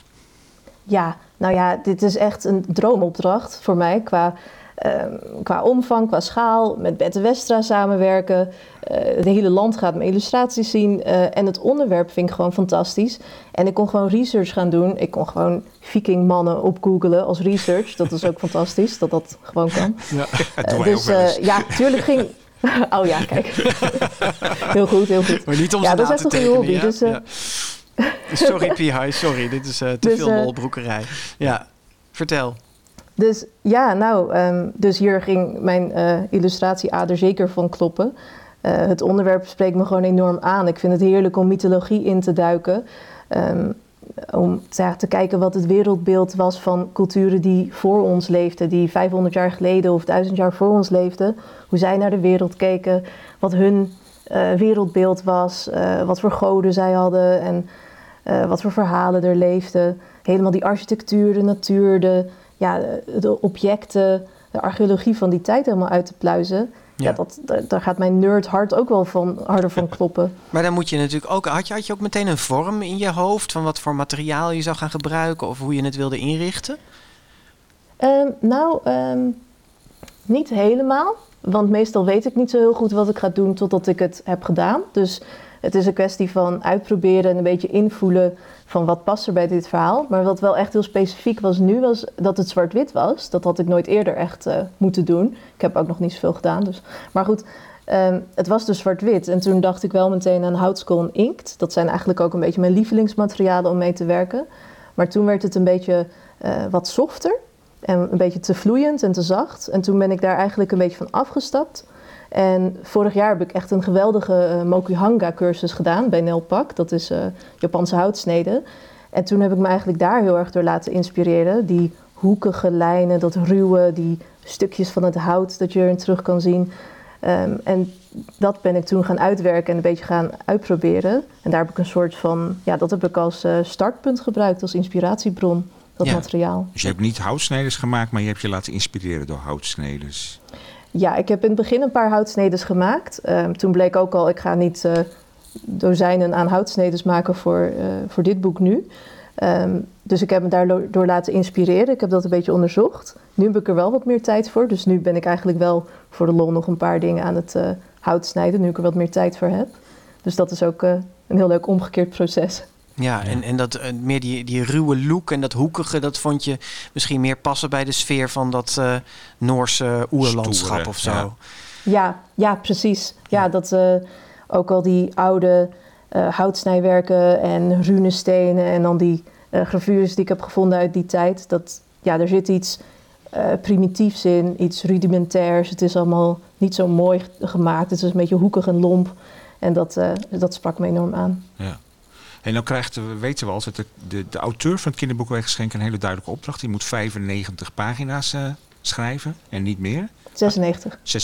Ja, nou ja, dit is echt een droomopdracht voor mij qua... Uh, qua omvang, qua schaal, met Bette Westra samenwerken. Uh, het hele land gaat mijn illustraties zien. Uh, en het onderwerp vind ik gewoon fantastisch. En ik kon gewoon research gaan doen. Ik kon gewoon vikingmannen op googlen als research. Dat is ook fantastisch, dat dat gewoon kan. Ja, dat uh, dus uh, ja, tuurlijk ging... Oh ja, kijk. Heel goed, heel goed. Maar niet om ja, ze dat na is echt te een tekenen, hobby. ja? Dus, uh... ja. Sorry, Pihai, sorry. Dit is uh, te dus, veel uh... molbroekerij. Ja, vertel. Dus ja, nou, um, dus hier ging mijn uh, illustratieader zeker van kloppen. Uh, het onderwerp spreekt me gewoon enorm aan. Ik vind het heerlijk om mythologie in te duiken. Um, om te, te kijken wat het wereldbeeld was van culturen die voor ons leefden. Die vijfhonderd jaar geleden of duizend jaar voor ons leefden. Hoe zij naar de wereld keken. Wat hun uh, wereldbeeld was. Uh, wat voor goden zij hadden. En uh, wat voor verhalen er leefden. Helemaal die architectuur, de natuur, de... Ja, de objecten, de archeologie van die tijd helemaal uit te pluizen. Ja, ja dat, daar gaat mijn nerd hart ook wel van, harder van kloppen. Maar dan moet je natuurlijk ook... Had je, had je ook meteen een vorm in je hoofd... van wat voor materiaal je zou gaan gebruiken... of hoe je het wilde inrichten? Um, nou, um, niet helemaal. Want meestal weet ik niet zo heel goed wat ik ga doen... totdat ik het heb gedaan. Dus het is een kwestie van uitproberen en een beetje invoelen... van wat past er bij dit verhaal. Maar wat wel echt heel specifiek was nu, was dat het zwart-wit was. Dat had ik nooit eerder echt uh, moeten doen. Ik heb ook nog niet zoveel gedaan. Dus. Maar goed, um, het was dus zwart-wit. En toen dacht ik wel meteen aan houtskool en inkt. Dat zijn eigenlijk ook een beetje mijn lievelingsmaterialen om mee te werken. Maar toen werd het een beetje uh, wat softer. En een beetje te vloeiend en te zacht. En toen ben ik daar eigenlijk een beetje van afgestapt. En vorig jaar heb ik echt een geweldige uh, Mokuhanga-cursus gedaan bij Nelpak. Dat is uh, Japanse houtsnede. En toen heb ik me eigenlijk daar heel erg door laten inspireren. Die hoekige lijnen, dat ruwe, die stukjes van het hout dat je erin terug kan zien. Um, en dat ben ik toen gaan uitwerken en een beetje gaan uitproberen. En daar heb ik een soort van, ja, dat heb ik als uh, startpunt gebruikt, als inspiratiebron, dat ja. materiaal. Dus je hebt niet houtsneders gemaakt, maar je hebt je laten inspireren door houtsneders. Ja, ik heb in het begin een paar houtsneders gemaakt. Um, toen bleek ook al, ik ga niet uh, dozijnen aan houtsneders maken voor, uh, voor dit boek nu. Um, dus ik heb me daardoor laten inspireren. Ik heb dat een beetje onderzocht. Nu heb ik er wel wat meer tijd voor. Dus nu ben ik eigenlijk wel voor de lol nog een paar dingen aan het uh, hout snijden. Nu ik er wat meer tijd voor heb. Dus dat is ook uh, een heel leuk omgekeerd proces. Ja, en, en dat uh, meer die, die ruwe look en dat hoekige, dat vond je misschien meer passen bij de sfeer van dat uh, Noorse oerlandschap Stoere, of zo. Ja, ja, ja precies. Ja, dat uh, ook al die oude uh, houtsnijwerken en runestenen en dan die uh, gravures die ik heb gevonden uit die tijd. Dat, ja, er zit iets uh, primitiefs in, iets rudimentairs. Het is allemaal niet zo mooi gemaakt. Het is een beetje hoekig en lomp. En dat, uh, dat sprak me enorm aan. Ja. En dan krijgt, weten we altijd, de, de, de auteur van het kinderboekenweekgeschenk een hele duidelijke opdracht. Die moet vijfennegentig pagina's uh, schrijven en niet meer. zesennegentig. Zes...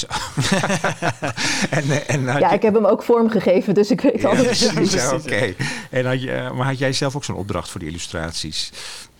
en, en ja, je... ik heb hem ook vormgegeven, dus ik weet ja, alles precies. Ja, oké. Okay. En had je, maar had jij zelf ook zo'n opdracht voor die illustraties?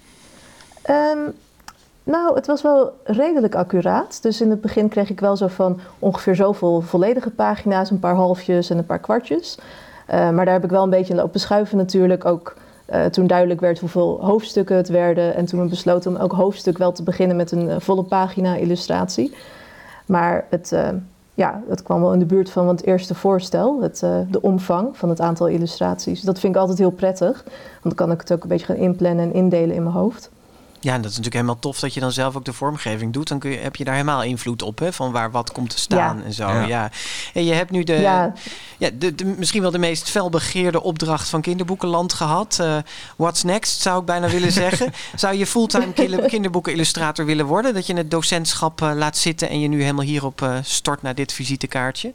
Um, nou, het was wel redelijk accuraat. Dus in het begin kreeg ik wel zo van ongeveer zoveel volledige pagina's, een paar halfjes en een paar kwartjes. Uh, maar daar heb ik wel een beetje in lopen schuiven natuurlijk. Ook uh, toen duidelijk werd hoeveel hoofdstukken het werden. En toen we besloten om elk hoofdstuk wel te beginnen met een uh, volle pagina illustratie. Maar het, uh, ja, het kwam wel in de buurt van het eerste voorstel. Het, uh, de omvang van het aantal illustraties. Dat vind ik altijd heel prettig. Want dan kan ik het ook een beetje gaan inplannen en indelen in mijn hoofd. Ja, en dat is natuurlijk helemaal tof dat je dan zelf ook de vormgeving doet. Dan kun je, heb je daar helemaal invloed op, hè? Van waar wat komt te staan Ja. en zo. Ja. Ja. En je hebt nu de, Ja. ja, de, de misschien wel de meest felbegeerde opdracht van Kinderboekenland gehad. Uh, what's next, zou ik bijna willen zeggen. Zou je fulltime ki- kinderboekenillustrator willen worden? Dat je het docentschap uh, laat zitten en je nu helemaal hierop uh, stort naar dit visitekaartje?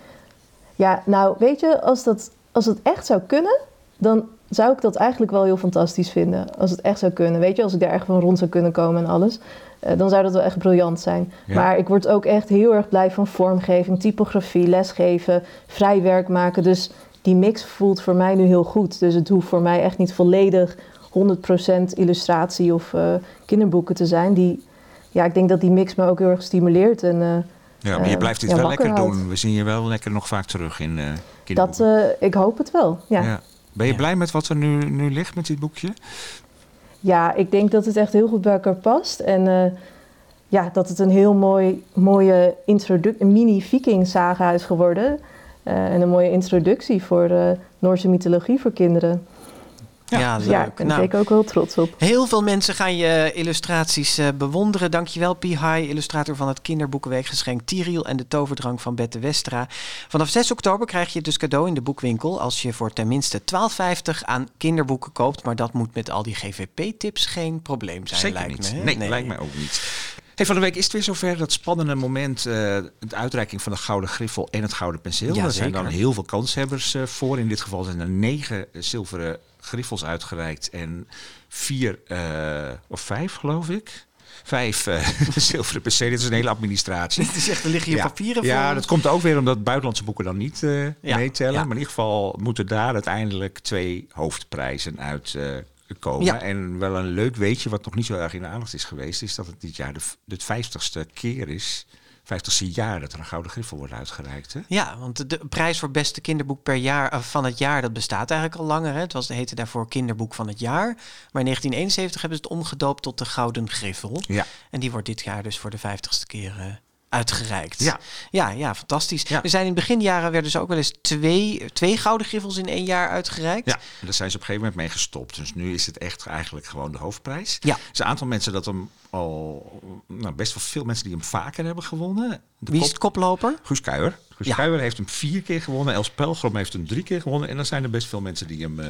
Ja, nou weet je, als dat, als het echt zou kunnen, dan zou ik dat eigenlijk wel heel fantastisch vinden. Als het echt zou kunnen, weet je, als ik daar echt van rond zou kunnen komen en alles. Uh, dan zou dat wel echt briljant zijn. Ja. Maar ik word ook echt heel erg blij van vormgeving, typografie, lesgeven, vrij werk maken. Dus die mix voelt voor mij nu heel goed. Dus het hoeft voor mij echt niet volledig honderd procent illustratie of uh, kinderboeken te zijn. Die, ja, ik denk dat die mix me ook heel erg stimuleert. En, uh, Ja, maar je blijft dit uh, ja, wel lekker wakker doen. houdt. We zien je wel lekker nog vaak terug in uh, Dat, kinderboeken. uh, ik hoop het wel, ja. Ja. Ben je Ja. blij met wat er nu, nu ligt met dit boekje? Ja, ik denk dat het echt heel goed bij elkaar past. En uh, ja, dat het een heel mooi, mooie introdu- een mini-Viking-saga is geworden. Uh, en een mooie introductie voor uh, Noorse mythologie voor kinderen. Ja, ja, leuk. Ja, daar ben Nou, ik ook heel trots op. heel veel mensen gaan je illustraties uh, bewonderen. Dankjewel, Pihai, illustrator van het kinderboekenweekgeschenk Tiriel en de toverdrank van Bette Westra. Vanaf zes oktober krijg je het dus cadeau in de boekwinkel als je voor tenminste twaalf vijftig aan kinderboeken koopt. Maar dat moet met al die G V P-tips geen probleem zijn, Zeker lijkt niet. me. Hè? Nee, lijkt mij ook niet. Hey, van de week is het weer zover, dat spannende moment, uh, de uitreiking van de Gouden Griffel en het Gouden Penseel. Ja, er zijn zeker. dan heel veel kanshebbers uh, voor. In dit geval zijn er negen zilveren griffels uitgereikt en vier, uh, of vijf geloof ik. Vijf uh, zilveren penselen. Dit is een hele administratie. Het is echt, er liggen hier ja. papieren Ja, voor. dat komt ook weer omdat buitenlandse boeken dan niet uh, Ja, meetellen. ja. Maar in ieder geval moeten daar uiteindelijk twee hoofdprijzen uit uh, komen. Ja. En wel een leuk weetje wat nog niet zo erg in de aandacht is geweest, is dat het dit jaar de, de vijftigste keer is, vijftigste jaar dat er een Gouden Griffel wordt uitgereikt. Hè? Ja, want de, de prijs voor beste kinderboek per jaar uh, van het jaar, dat bestaat eigenlijk al langer. Hè? Het was, heette daarvoor kinderboek van het jaar. Maar in negentien eenenzeventig hebben ze het omgedoopt tot de Gouden Griffel. Ja. En die wordt dit jaar dus voor de vijftigste keer uh, uitgereikt. Ja. Ja, ja, fantastisch. Ja. Er zijn in beginjaren werden dus ook wel eens twee, twee Gouden Griffels in één jaar uitgereikt. Ja, en daar zijn ze op een gegeven moment mee gestopt. Dus nu is het echt eigenlijk gewoon de hoofdprijs. Ja. Er zijn een aantal mensen dat hem al, nou, best wel veel mensen die hem vaker hebben gewonnen. De Wie is kop- het koploper? Guus Kuijer. Guus Ja. Kuijer heeft hem vier keer gewonnen. Els Pelgrom heeft hem drie keer gewonnen. En dan zijn er best veel mensen die hem uh,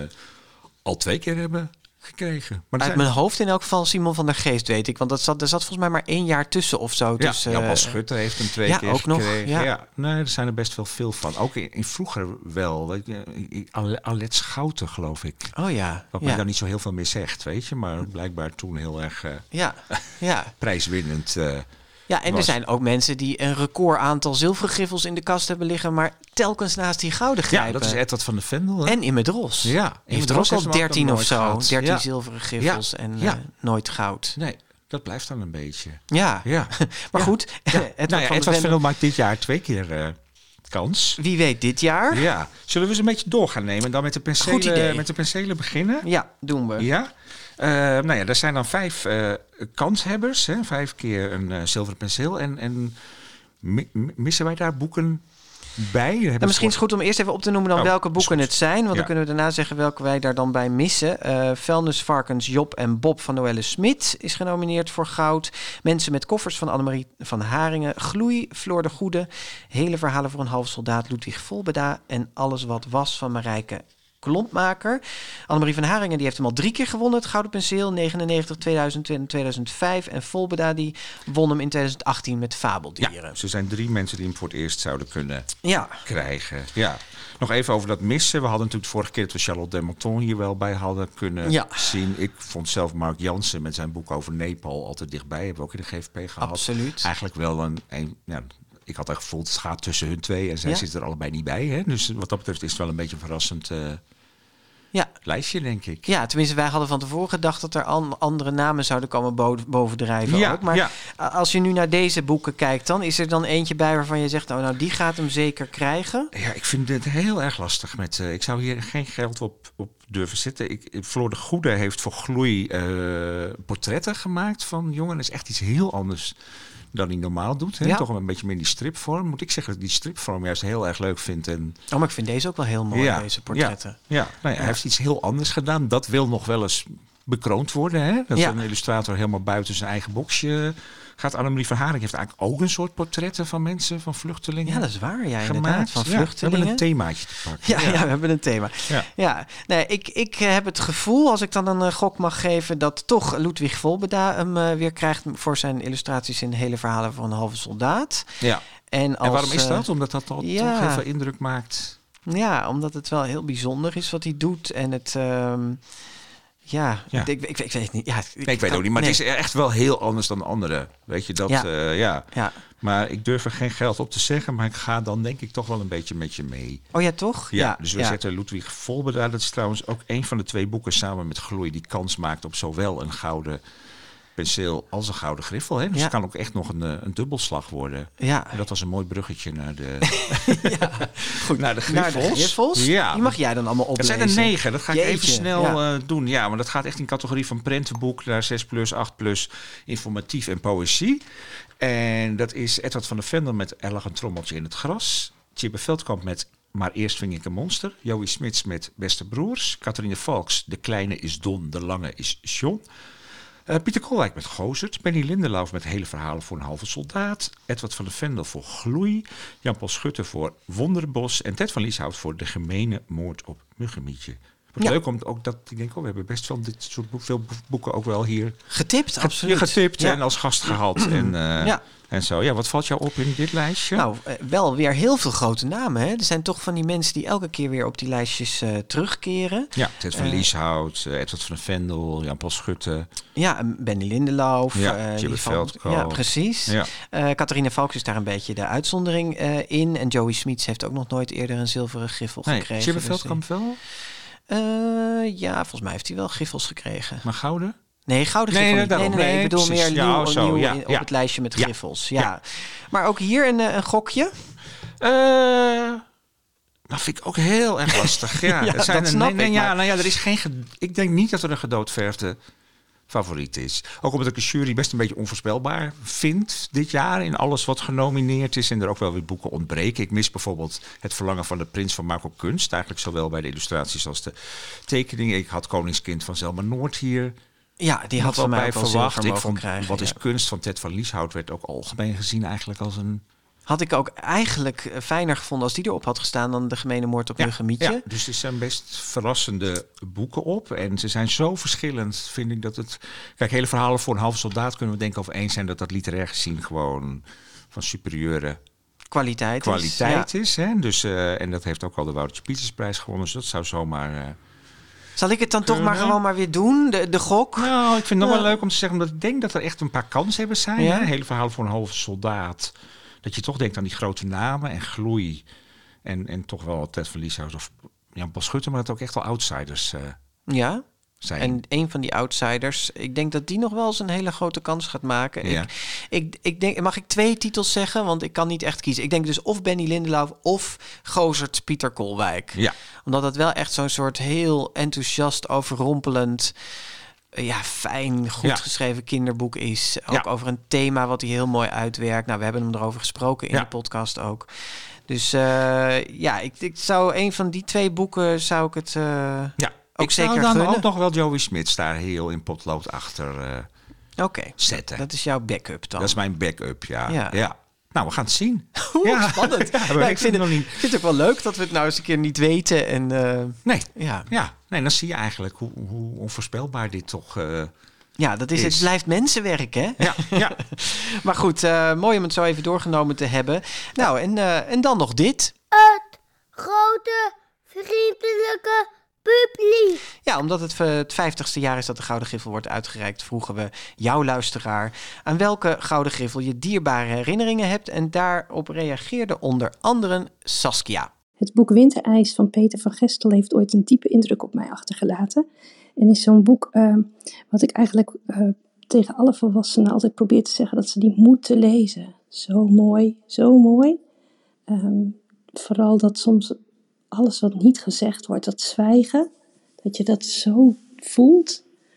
al twee keer hebben gekregen. Maar er Uit zijn- mijn hoofd in elk geval Simon van der Geest, weet ik. Want dat zat, er zat volgens mij maar één jaar tussen of zo. Ja, Dus, uh, Jan-Paul Schutte heeft hem twee ja, keer ook nog, gekregen. ja. Ja. Nee, er zijn er best wel veel van. Ook in, in vroeger wel. Weet je, Ale- Alet Schouten, geloof ik. Oh ja. Wat ja. mij dan niet zo heel veel meer zegt, weet je. Maar blijkbaar toen heel erg uh, Ja, ja. prijswinnend. Uh, Ja, en er was. zijn ook mensen die een record aantal zilveren griffels in de kast hebben liggen, maar telkens naast die gouden grijpen. Ja, dat is Edward van de Vendel. Hè? En Imme Dros. Ja, Die Imme heeft er Dros ook heeft al hem ook dertien nog of nooit zo. gehad. dertien Ja. zilveren griffels Ja. en Ja. uh, nooit goud. Nee, dat blijft dan een beetje. Ja, Ja. maar Ja. goed. Ja. Edward Nou ja, van Edward de van Vendel, Vendel maakt dit jaar twee keer uh, kans. wie weet dit jaar? Ja. Zullen we eens een beetje door gaan nemen en dan met de Goed penselen, idee. met de penselen beginnen? Ja, doen we. Ja. Uh, nou ja, er zijn dan vijf uh, kanshebbers. Hè? Vijf keer een uh, zilveren penseel. En, en mi- missen wij daar boeken bij? Nou, misschien is het goed om eerst even op te noemen dan Oh, welke is boeken goed. het zijn. Want Ja. dan kunnen we daarna zeggen welke wij daar dan bij missen. Uh, Vuilnisvarkens, Job en Bob van Noelle Smit is genomineerd voor goud. Mensen met koffers van Annemarie van Haringen. Gloei, Floor de Goede. Hele verhalen voor een half soldaat, Ludwig Volbeda. En Alles wat was van Marijke Klompmaker. Annemarie van Haringen die heeft hem al drie keer gewonnen. Het Gouden Penseel, negenennegentig, tweeduizend en tweeduizend vijf. En Volbeda die won hem in tweeduizend achttien met Fabeldieren. Ja, dus er zijn drie mensen die hem voor het eerst zouden kunnen Ja. krijgen. Ja. Nog even over dat missen. We hadden natuurlijk vorige keer dat we Charlotte Desmonton hier wel bij hadden kunnen Ja. zien. Ik vond zelf Mark Jansen met zijn boek over Nepal altijd dichtbij. Hebben we ook in de G V P gehad. Absoluut. Eigenlijk wel een... een ja, ik had echt gevoeld, het gaat tussen hun twee en zij Ja. zitten er allebei niet bij. Hè? Dus wat dat betreft is het wel een beetje een verrassend uh, Ja. lijstje, denk ik. Ja, tenminste, wij hadden van tevoren gedacht dat er an- andere namen zouden komen bo- bovendrijven Ja, ook. Maar ja. a- als je nu naar deze boeken kijkt, dan is er dan eentje bij waarvan je zegt, oh, nou, die gaat hem zeker krijgen. Ja, ik vind het heel erg lastig. Met, uh, ik zou hier geen geld op, op durven zitten. Ik, Floor de Goede heeft voor Gloei uh, portretten gemaakt van jongen. Dat is echt iets heel anders dan hij normaal doet. Hè? Ja. Toch een beetje meer in die stripvorm. Moet ik zeggen dat ik die stripvorm juist heel erg leuk vind. En Oh, maar ik vind deze ook wel heel mooi, Ja, deze portretten. Ja, nou ja, hij heeft iets heel anders gedaan. Dat wil nog wel eens bekroond worden. Hè? Dat Ja. een illustrator helemaal buiten zijn eigen boxje gaat. Annemarie van Haring heeft eigenlijk ook een soort portretten van mensen, van vluchtelingen. Ja, dat is waar. Ja, gemaakt. inderdaad. Van Ja, vluchtelingen. we hebben een themaatje te pakken. Ja, ja. ja, we hebben een thema. Ja. Ja, nee, ik, ik eh, heb het gevoel, als ik dan een uh, gok mag geven, dat toch Ludwig Volbeda hem uh, weer krijgt voor zijn illustraties in hele verhalen van een halve soldaat. Ja. En, als, en waarom is dat? Uh, Omdat dat al ja. toch heel veel indruk maakt. Ja, omdat het wel heel bijzonder is wat hij doet. En het... Um, Ja, ja. Ik, ik, ik, ik weet het niet. Ja, ik, nee, ik weet het ook niet, maar nee. het is echt wel heel anders dan de andere. Weet je dat? Ja. Uh, ja. ja. Maar ik durf er geen geld op te zeggen, maar ik ga dan denk ik toch wel een beetje met je mee. Oh ja, toch? Ja, ja dus we ja. zetten Ludwig Volbeda. Dat is trouwens ook een van de twee boeken samen met Gloei die kans maakt op zowel een gouden penseel als een gouden griffel. Hè? Dus ja. het kan ook echt nog een, een dubbelslag worden. Ja. En dat was een mooi bruggetje naar de, ja. Goed, naar de griffels. Naar de griffels? Ja. Die mag jij dan allemaal oplezen. Het zijn er negen. Dat ga ik Jeetje. even snel ja. uh, doen. Ja, maar dat gaat echt in categorie van prentenboek naar zes plus, acht plus, informatief en poëzie. En dat is Edward van der Vendel met Er lag een trommeltje in het gras. Tjibbe Veldkamp met Maar eerst ving ik een monster. Joey Smits met Beste Broers. Catharine Valks, De kleine is Don, de lange is John. Uh, Pieter Koolwijk met Gozert. Benny Lindelauf met Hele verhalen voor een halve soldaat. Edward van der Vendel voor Gloei. Jan-Paul Schutte voor Wonderbos. En Ted van Lieshout voor De gemene moord op Muggenmietje. Wat ja. leuk om ook dat ik denk, oh, we hebben best wel dit soort boek, veel boeken ook wel hier getipt, ge- absoluut. Getipt ja. en als gast gehad en, uh, ja. en zo. Ja, wat valt jou op in dit lijstje? Nou, uh, wel weer heel veel grote namen. Hè? Er zijn toch van die mensen die elke keer weer op die lijstjes uh, terugkeren. Ja, Ted van uh, Lieshout, uh, Edward van der Vendel, Jan-Paul Schutte. Ja, Benny Lindelauf. Ja, uh, Veldkamp. Ja, precies. Ja. Uh, Catharine Valks is daar een beetje de uitzondering uh, in. En Joey Smits heeft ook nog nooit eerder een zilveren griffel nee, gekregen. Tjibbe Veldkamp dus wel? Uh, ja, volgens mij heeft hij wel griffels gekregen. Maar gouden? Nee, gouden nee, griffel nee, niet. Nee, nee, nee, ik bedoel precies. meer ja, nieuw, zo, nieuw ja, in, op ja. het lijstje met ja. griffels. Ja. Ja. Maar ook hier een, een gokje. Uh, dat vind ik ook heel erg lastig. Ja, ja er zijn dat er, snap nee, nee, ik. Ja, maar... nou ja, er is geen. Ge- ik denk niet dat er een gedoodverfde favoriet is. Ook omdat ik de jury best een beetje onvoorspelbaar vind dit jaar in alles wat genomineerd is. En er ook wel weer boeken ontbreken. Ik mis bijvoorbeeld Het verlangen van de prins van Marco Kunst. Eigenlijk zowel bij de illustraties als de tekeningen. Ik had Koningskind van Zelma Noord hier. Ja, die had wel van mij bij ook wel verwacht. Ik ik vond krijgen, Wat ja. is kunst van Ted van Lieshout werd ook algemeen gezien eigenlijk als een... Had ik ook eigenlijk fijner gevonden als die erop had gestaan dan De gemene moord op ja, Muggenmietje. Ja, dus er zijn best verrassende boeken op. En ze zijn zo verschillend, vind ik dat het... Kijk, hele verhalen voor een halve soldaat kunnen we denk ik over eens zijn dat dat literair gezien gewoon van superieure kwaliteit, kwaliteit is. is hè? Dus, uh, en dat heeft ook al de Woutertje Pietersprijs gewonnen. Dus dat zou zomaar... Uh, Zal ik het dan kunnen. toch maar gewoon maar weer doen, de, de gok? Nou, ik vind het nog uh, wel leuk om te zeggen, omdat ik denk dat er echt een paar kanshebbers zijn. Ja? Hè? Hele verhalen voor een halve soldaat. Dat je toch denkt aan die grote namen en Gloei. En, en toch wel Ted van Lieshout of Jan-Paul Schutte, maar dat ook echt wel outsiders uh, ja. zijn. En een van die outsiders, ik denk dat die nog wel eens een hele grote kans gaat maken. Ja. Ik, ik, ik denk, mag ik twee titels zeggen? Want ik kan niet echt kiezen. Ik denk dus of Benny Lindelauf of Gozert Pieter Koolwijk. Ja. Omdat dat wel echt zo'n soort heel enthousiast, overrompelend... ja, fijn, goed ja. geschreven kinderboek is. Ook ja. over een thema wat hij heel mooi uitwerkt. Nou, we hebben hem erover gesproken in ja. de podcast ook. Dus uh, ja, ik, ik zou een van die twee boeken zou ik het uh, ja. ook ik zeker zou dan gunnen. ook nog wel Joey Smits daar heel in potlood achter uh, Oké, okay. zetten. Dat is jouw backup dan? Dat is mijn backup, ja. ja. ja. Nou, we gaan het zien. Oeh, ja. spannend. ja, ja, ik vind het, nog niet. vind het ook wel leuk dat we het nou eens een keer niet weten. En, uh, nee. Ja. ja, nee, dan zie je eigenlijk hoe, hoe onvoorspelbaar dit toch uh, ja, dat is, is. Het blijft mensenwerk, hè? Ja, ja. Maar goed, uh, mooi om het zo even doorgenomen te hebben. Nou, en, uh, en dan nog dit. Het grote vriendelijke publiek. Ja, omdat het het vijftigste jaar is dat de Gouden Griffel wordt uitgereikt, vroegen we jouw luisteraar aan welke Gouden Griffel je dierbare herinneringen hebt. En daarop reageerde onder andere Saskia. Het boek Winterijs van Peter van Gestel heeft ooit een diepe indruk op mij achtergelaten. En is zo'n boek uh, wat ik eigenlijk uh, tegen alle volwassenen altijd probeer te zeggen dat ze die moeten lezen. Zo mooi, zo mooi. Um, vooral dat soms alles wat niet gezegd wordt, dat zwijgen, dat je dat zo voelt.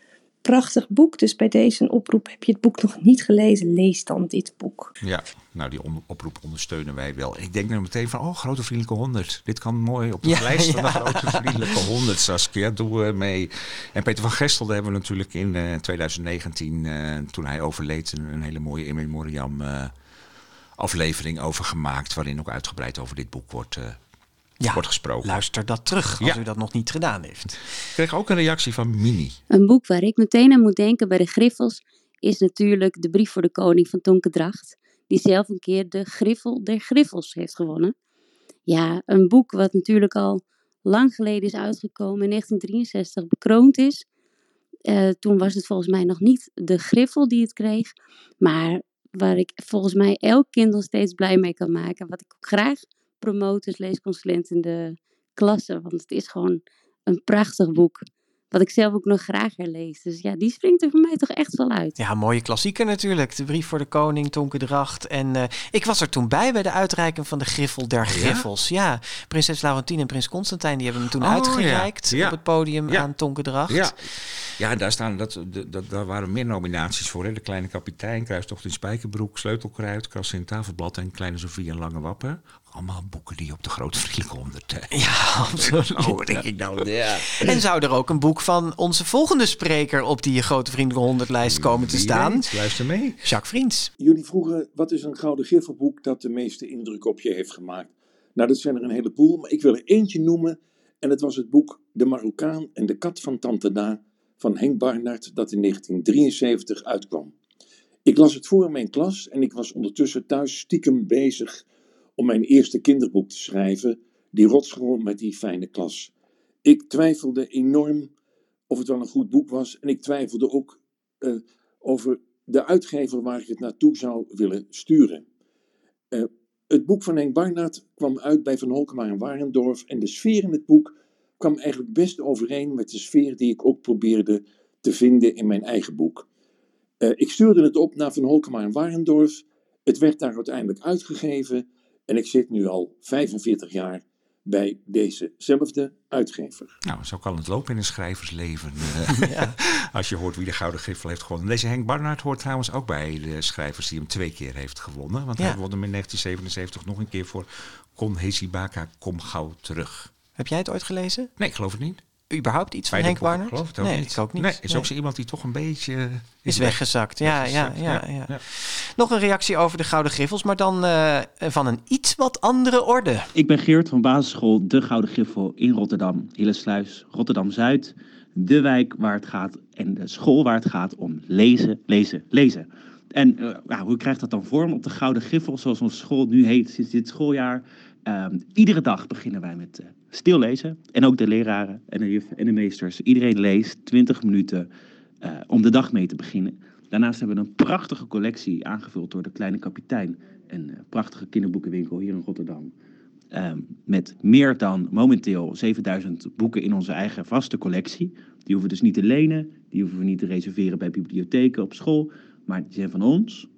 prachtig boek. Dus bij deze een oproep, heb je het boek nog niet gelezen, lees dan dit boek. Ja, nou die on- oproep ondersteunen wij wel. Ik denk dan meteen van, oh, Grote Vriendelijke honderd. Dit kan mooi op de Ja, lijst van ja. de Grote Vriendelijke honderd, Saskia. Doen we mee. En Peter van Gestel, daar hebben we natuurlijk in uh, twintig negentien, uh, toen hij overleed, een, een hele mooie in memoriam uh, aflevering over gemaakt, waarin ook uitgebreid over dit boek wordt, uh, Ja, wordt gesproken. luister dat terug als Ja. u dat nog niet gedaan heeft. Ik kreeg ook een reactie van Mini. Een boek waar ik meteen aan moet denken bij de Griffels is natuurlijk De Brief voor de Koning van Tonke Dracht, die zelf een keer de Griffel der Griffels heeft gewonnen. Ja, een boek wat natuurlijk al lang geleden is uitgekomen, in negentien drieënzestig bekroond is. Uh, toen was het volgens mij nog niet de Griffel die het kreeg, maar waar ik volgens mij elk kind nog steeds blij mee kan maken. Wat ik ook graag promote als leesconsulent in de klasse, want het is gewoon een prachtig boek. Wat ik zelf ook nog graag herlees. Dus ja, die springt er voor mij toch echt wel uit. Ja, mooie klassieker natuurlijk. De Brief voor de Koning, Tonke Dracht. En uh, ik was er toen bij bij de uitreiking van de Griffel der Griffels. Ja, ja, prinses Laurentien en prins Constantijn, die hebben hem toen Oh, uitgereikt ja. Ja. op het podium Ja. aan Tonke Dracht. Ja, ja en daar, staan, dat, dat, daar waren meer nominaties voor. Hè? De Kleine Kapitein, Kruistocht in Spijkerbroek, Sleutelkruid, Krassen in Tafelblad en Kleine Sofie en Lange Wapper. Allemaal boeken die op de Grote Vriendelijke honderd. Ja, absoluut. Oh, denk ik nou, ja. En zou er ook een boek van onze volgende spreker op die Grote Vriendelijke honderd-lijst komen te Wie staan? weet, luister mee. Jacques Vriends. Jullie vroegen, wat is een Gouden Griffelboek dat de meeste indruk op je heeft gemaakt? Nou, dat zijn er een heleboel, maar ik wil er eentje noemen. En dat was het boek De Marokkaan en de Kat van Tante Da van Henk Barnard, dat in negentien drieënzeventig uitkwam. Ik las het voor in mijn klas en ik was ondertussen thuis stiekem bezig om mijn eerste kinderboek te schrijven, Die Rotschool met die fijne klas. Ik twijfelde enorm of het wel een goed boek was en ik twijfelde ook uh, over de uitgever waar ik het naartoe zou willen sturen. Uh, het boek van Henk Barnard kwam uit bij Van Holkema en Warendorf en de sfeer in het boek kwam eigenlijk best overeen met de sfeer die ik ook probeerde te vinden in mijn eigen boek. Uh, ik stuurde het op naar Van Holkema en Warendorf. Het werd daar uiteindelijk uitgegeven en ik zit nu al vijfenveertig jaar bij dezezelfde uitgever. Nou, zo kan het lopen in een schrijversleven. Uh, ja. Als je hoort wie de Gouden Griffel heeft gewonnen. Deze Henk Barnard hoort trouwens ook bij de schrijvers die hem twee keer heeft gewonnen. Want ja. hij won hem in negentien zevenenzeventig nog een keer voor Kon Hesibaka, kom gauw terug. Heb jij het ooit gelezen? Nee, ik geloof het niet. Überhaupt iets van Bij Henk Barnard? Ik geloof het ook nee, niet. ik ook niet. Nee, is nee. ook zo iemand die toch een beetje uh, is, is weggezakt. Ja, weggezakt. Ja, ja, ja, ja, ja. ja. Nog een reactie over de Gouden Griffels, maar dan uh, van een iets wat andere orde. Ik ben Geert van basisschool De Gouden Griffel in Rotterdam. Hillesluis, Rotterdam-Zuid. De wijk waar het gaat en de school waar het gaat om lezen, lezen, lezen. En uh, ja, hoe krijgt dat dan vorm op de Gouden Griffel, zoals onze school nu heet sinds dit schooljaar? Uh, iedere dag beginnen wij met uh, stillezen. En ook de leraren en de juffen en de meesters. Iedereen leest twintig minuten uh, om de dag mee te beginnen. Daarnaast hebben we een prachtige collectie aangevuld door de Kleine Kapitein. Een uh, prachtige kinderboekenwinkel hier in Rotterdam. Uh, met meer dan momenteel zevenduizend boeken in onze eigen vaste collectie. Die hoeven we dus niet te lenen. Die hoeven we niet te reserveren bij bibliotheken op school. Maar die zijn van ons.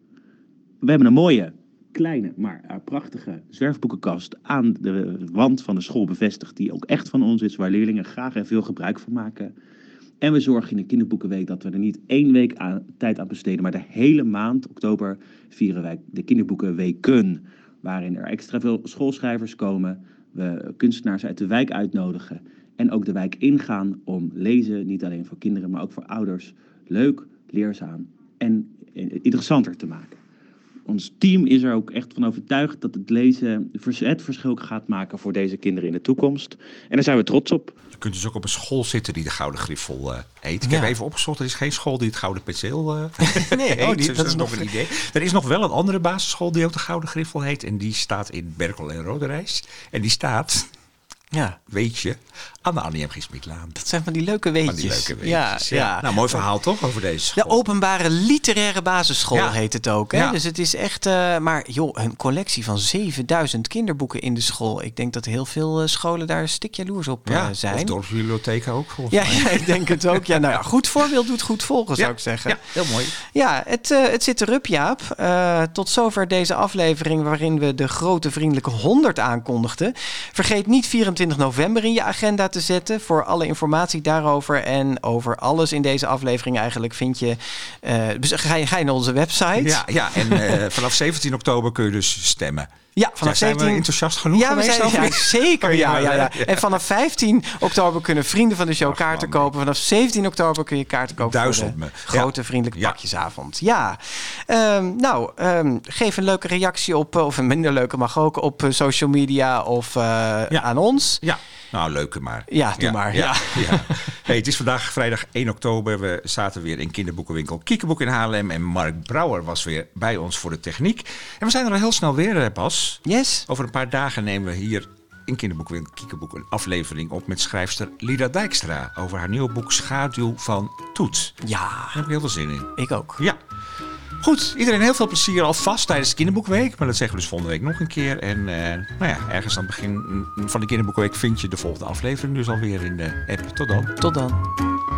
We hebben een mooie, kleine, maar uh, prachtige zwerfboekenkast aan de wand van de school bevestigd. Die ook echt van ons is, waar leerlingen graag en veel gebruik van maken. En we zorgen in de kinderboekenweek dat we er niet één week aan, tijd aan besteden. Maar de hele maand, oktober, vieren wij de kinderboekenweken. Waarin er extra veel schoolschrijvers komen. We kunstenaars uit de wijk uitnodigen. En ook de wijk ingaan om lezen, niet alleen voor kinderen, maar ook voor ouders, leuk, leerzaam en interessanter te maken. Ons team is er ook echt van overtuigd dat het lezen het verschil gaat maken voor deze kinderen in de toekomst. En daar zijn we trots op. Je kunt dus ook op een school zitten die de Gouden Griffel uh, heet. Ik ja. heb even opgezocht, er is geen school die het Gouden Penseel uh, nee, heet. oh, die, dus dat is nog een idee. Er is nog wel een andere basisschool die ook de Gouden Griffel heet. En die staat in Berkel en Roderijs. En die staat, ja. weet je, aan de Annie M. G. Smitlaan. Dat zijn van die leuke weetjes. Van die leuke weetjes, ja. ja. ja. Nou, mooi verhaal toch over deze school. De openbare literaire basisschool ja. heet het ook. Hè? Ja. Dus het is echt, uh, maar joh, een collectie van zevenduizend kinderboeken in de school. Ik denk dat heel veel uh, scholen daar een stuk jaloers op ja, uh, zijn. Of dorpsbibliotheken ook. Ja, ja, ik denk het ook. Ja, nou ja, goed voorbeeld doet goed volgen, zou ja. ik zeggen. Ja, heel mooi. Ja, het, uh, het zit erop, Jaap. Uh, tot zover deze aflevering waarin we de Grote Vriendelijke honderd aankondigden. Vergeet niet vierentwintig achtentwintig november in je agenda te zetten. Voor alle informatie daarover en over alles in deze aflevering eigenlijk vind je... Uh, ga, je ga je naar onze website. Ja, ja en uh, vanaf zeventien oktober kun je dus stemmen. Ja, vanaf zijn zeventien... we enthousiast genoeg ja, we geweest? zijn, ja, zeker. Ja, ja, ja. Ja. En vanaf vijftien oktober kunnen vrienden van de show kaarten kopen. Vanaf zeventien oktober kun je kaarten kopen Duizend voor de me. grote Ja. vriendelijke Ja. pakjesavond. Ja, um, nou, um, geef een leuke reactie op, of een minder leuke mag ook, op uh, social media of uh, Ja. aan ons. Ja, nou leuke maar. Ja, doe maar. Ja. ja. Hey, het is vandaag vrijdag één oktober. We zaten weer in kinderboekenwinkel Kiekeboek in Haarlem. En Mark Brouwer was weer bij ons voor de techniek. En we zijn er al heel snel weer, hè, Bas. Yes. Over een paar dagen nemen we hier in kinderboekenwinkel Kiekeboek een aflevering op met schrijfster Lida Dijkstra over haar nieuwe boek Schaduw van Toet. Ja. Daar heb ik heel veel zin in. Ik ook. Ja. Goed, iedereen heel veel plezier alvast tijdens de kinderboekweek. Maar dat zeggen we dus volgende week nog een keer. En uh, nou ja, ergens aan het begin van de kinderboekweek vind je de volgende aflevering dus alweer in de app. Tot dan. Tot dan.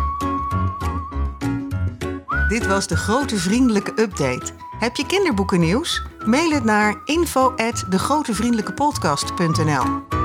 Dit was de Grote Vriendelijke Update. Heb je kinderboekennieuws? Mail het naar info at de grote vriendelijke podcast punt n l.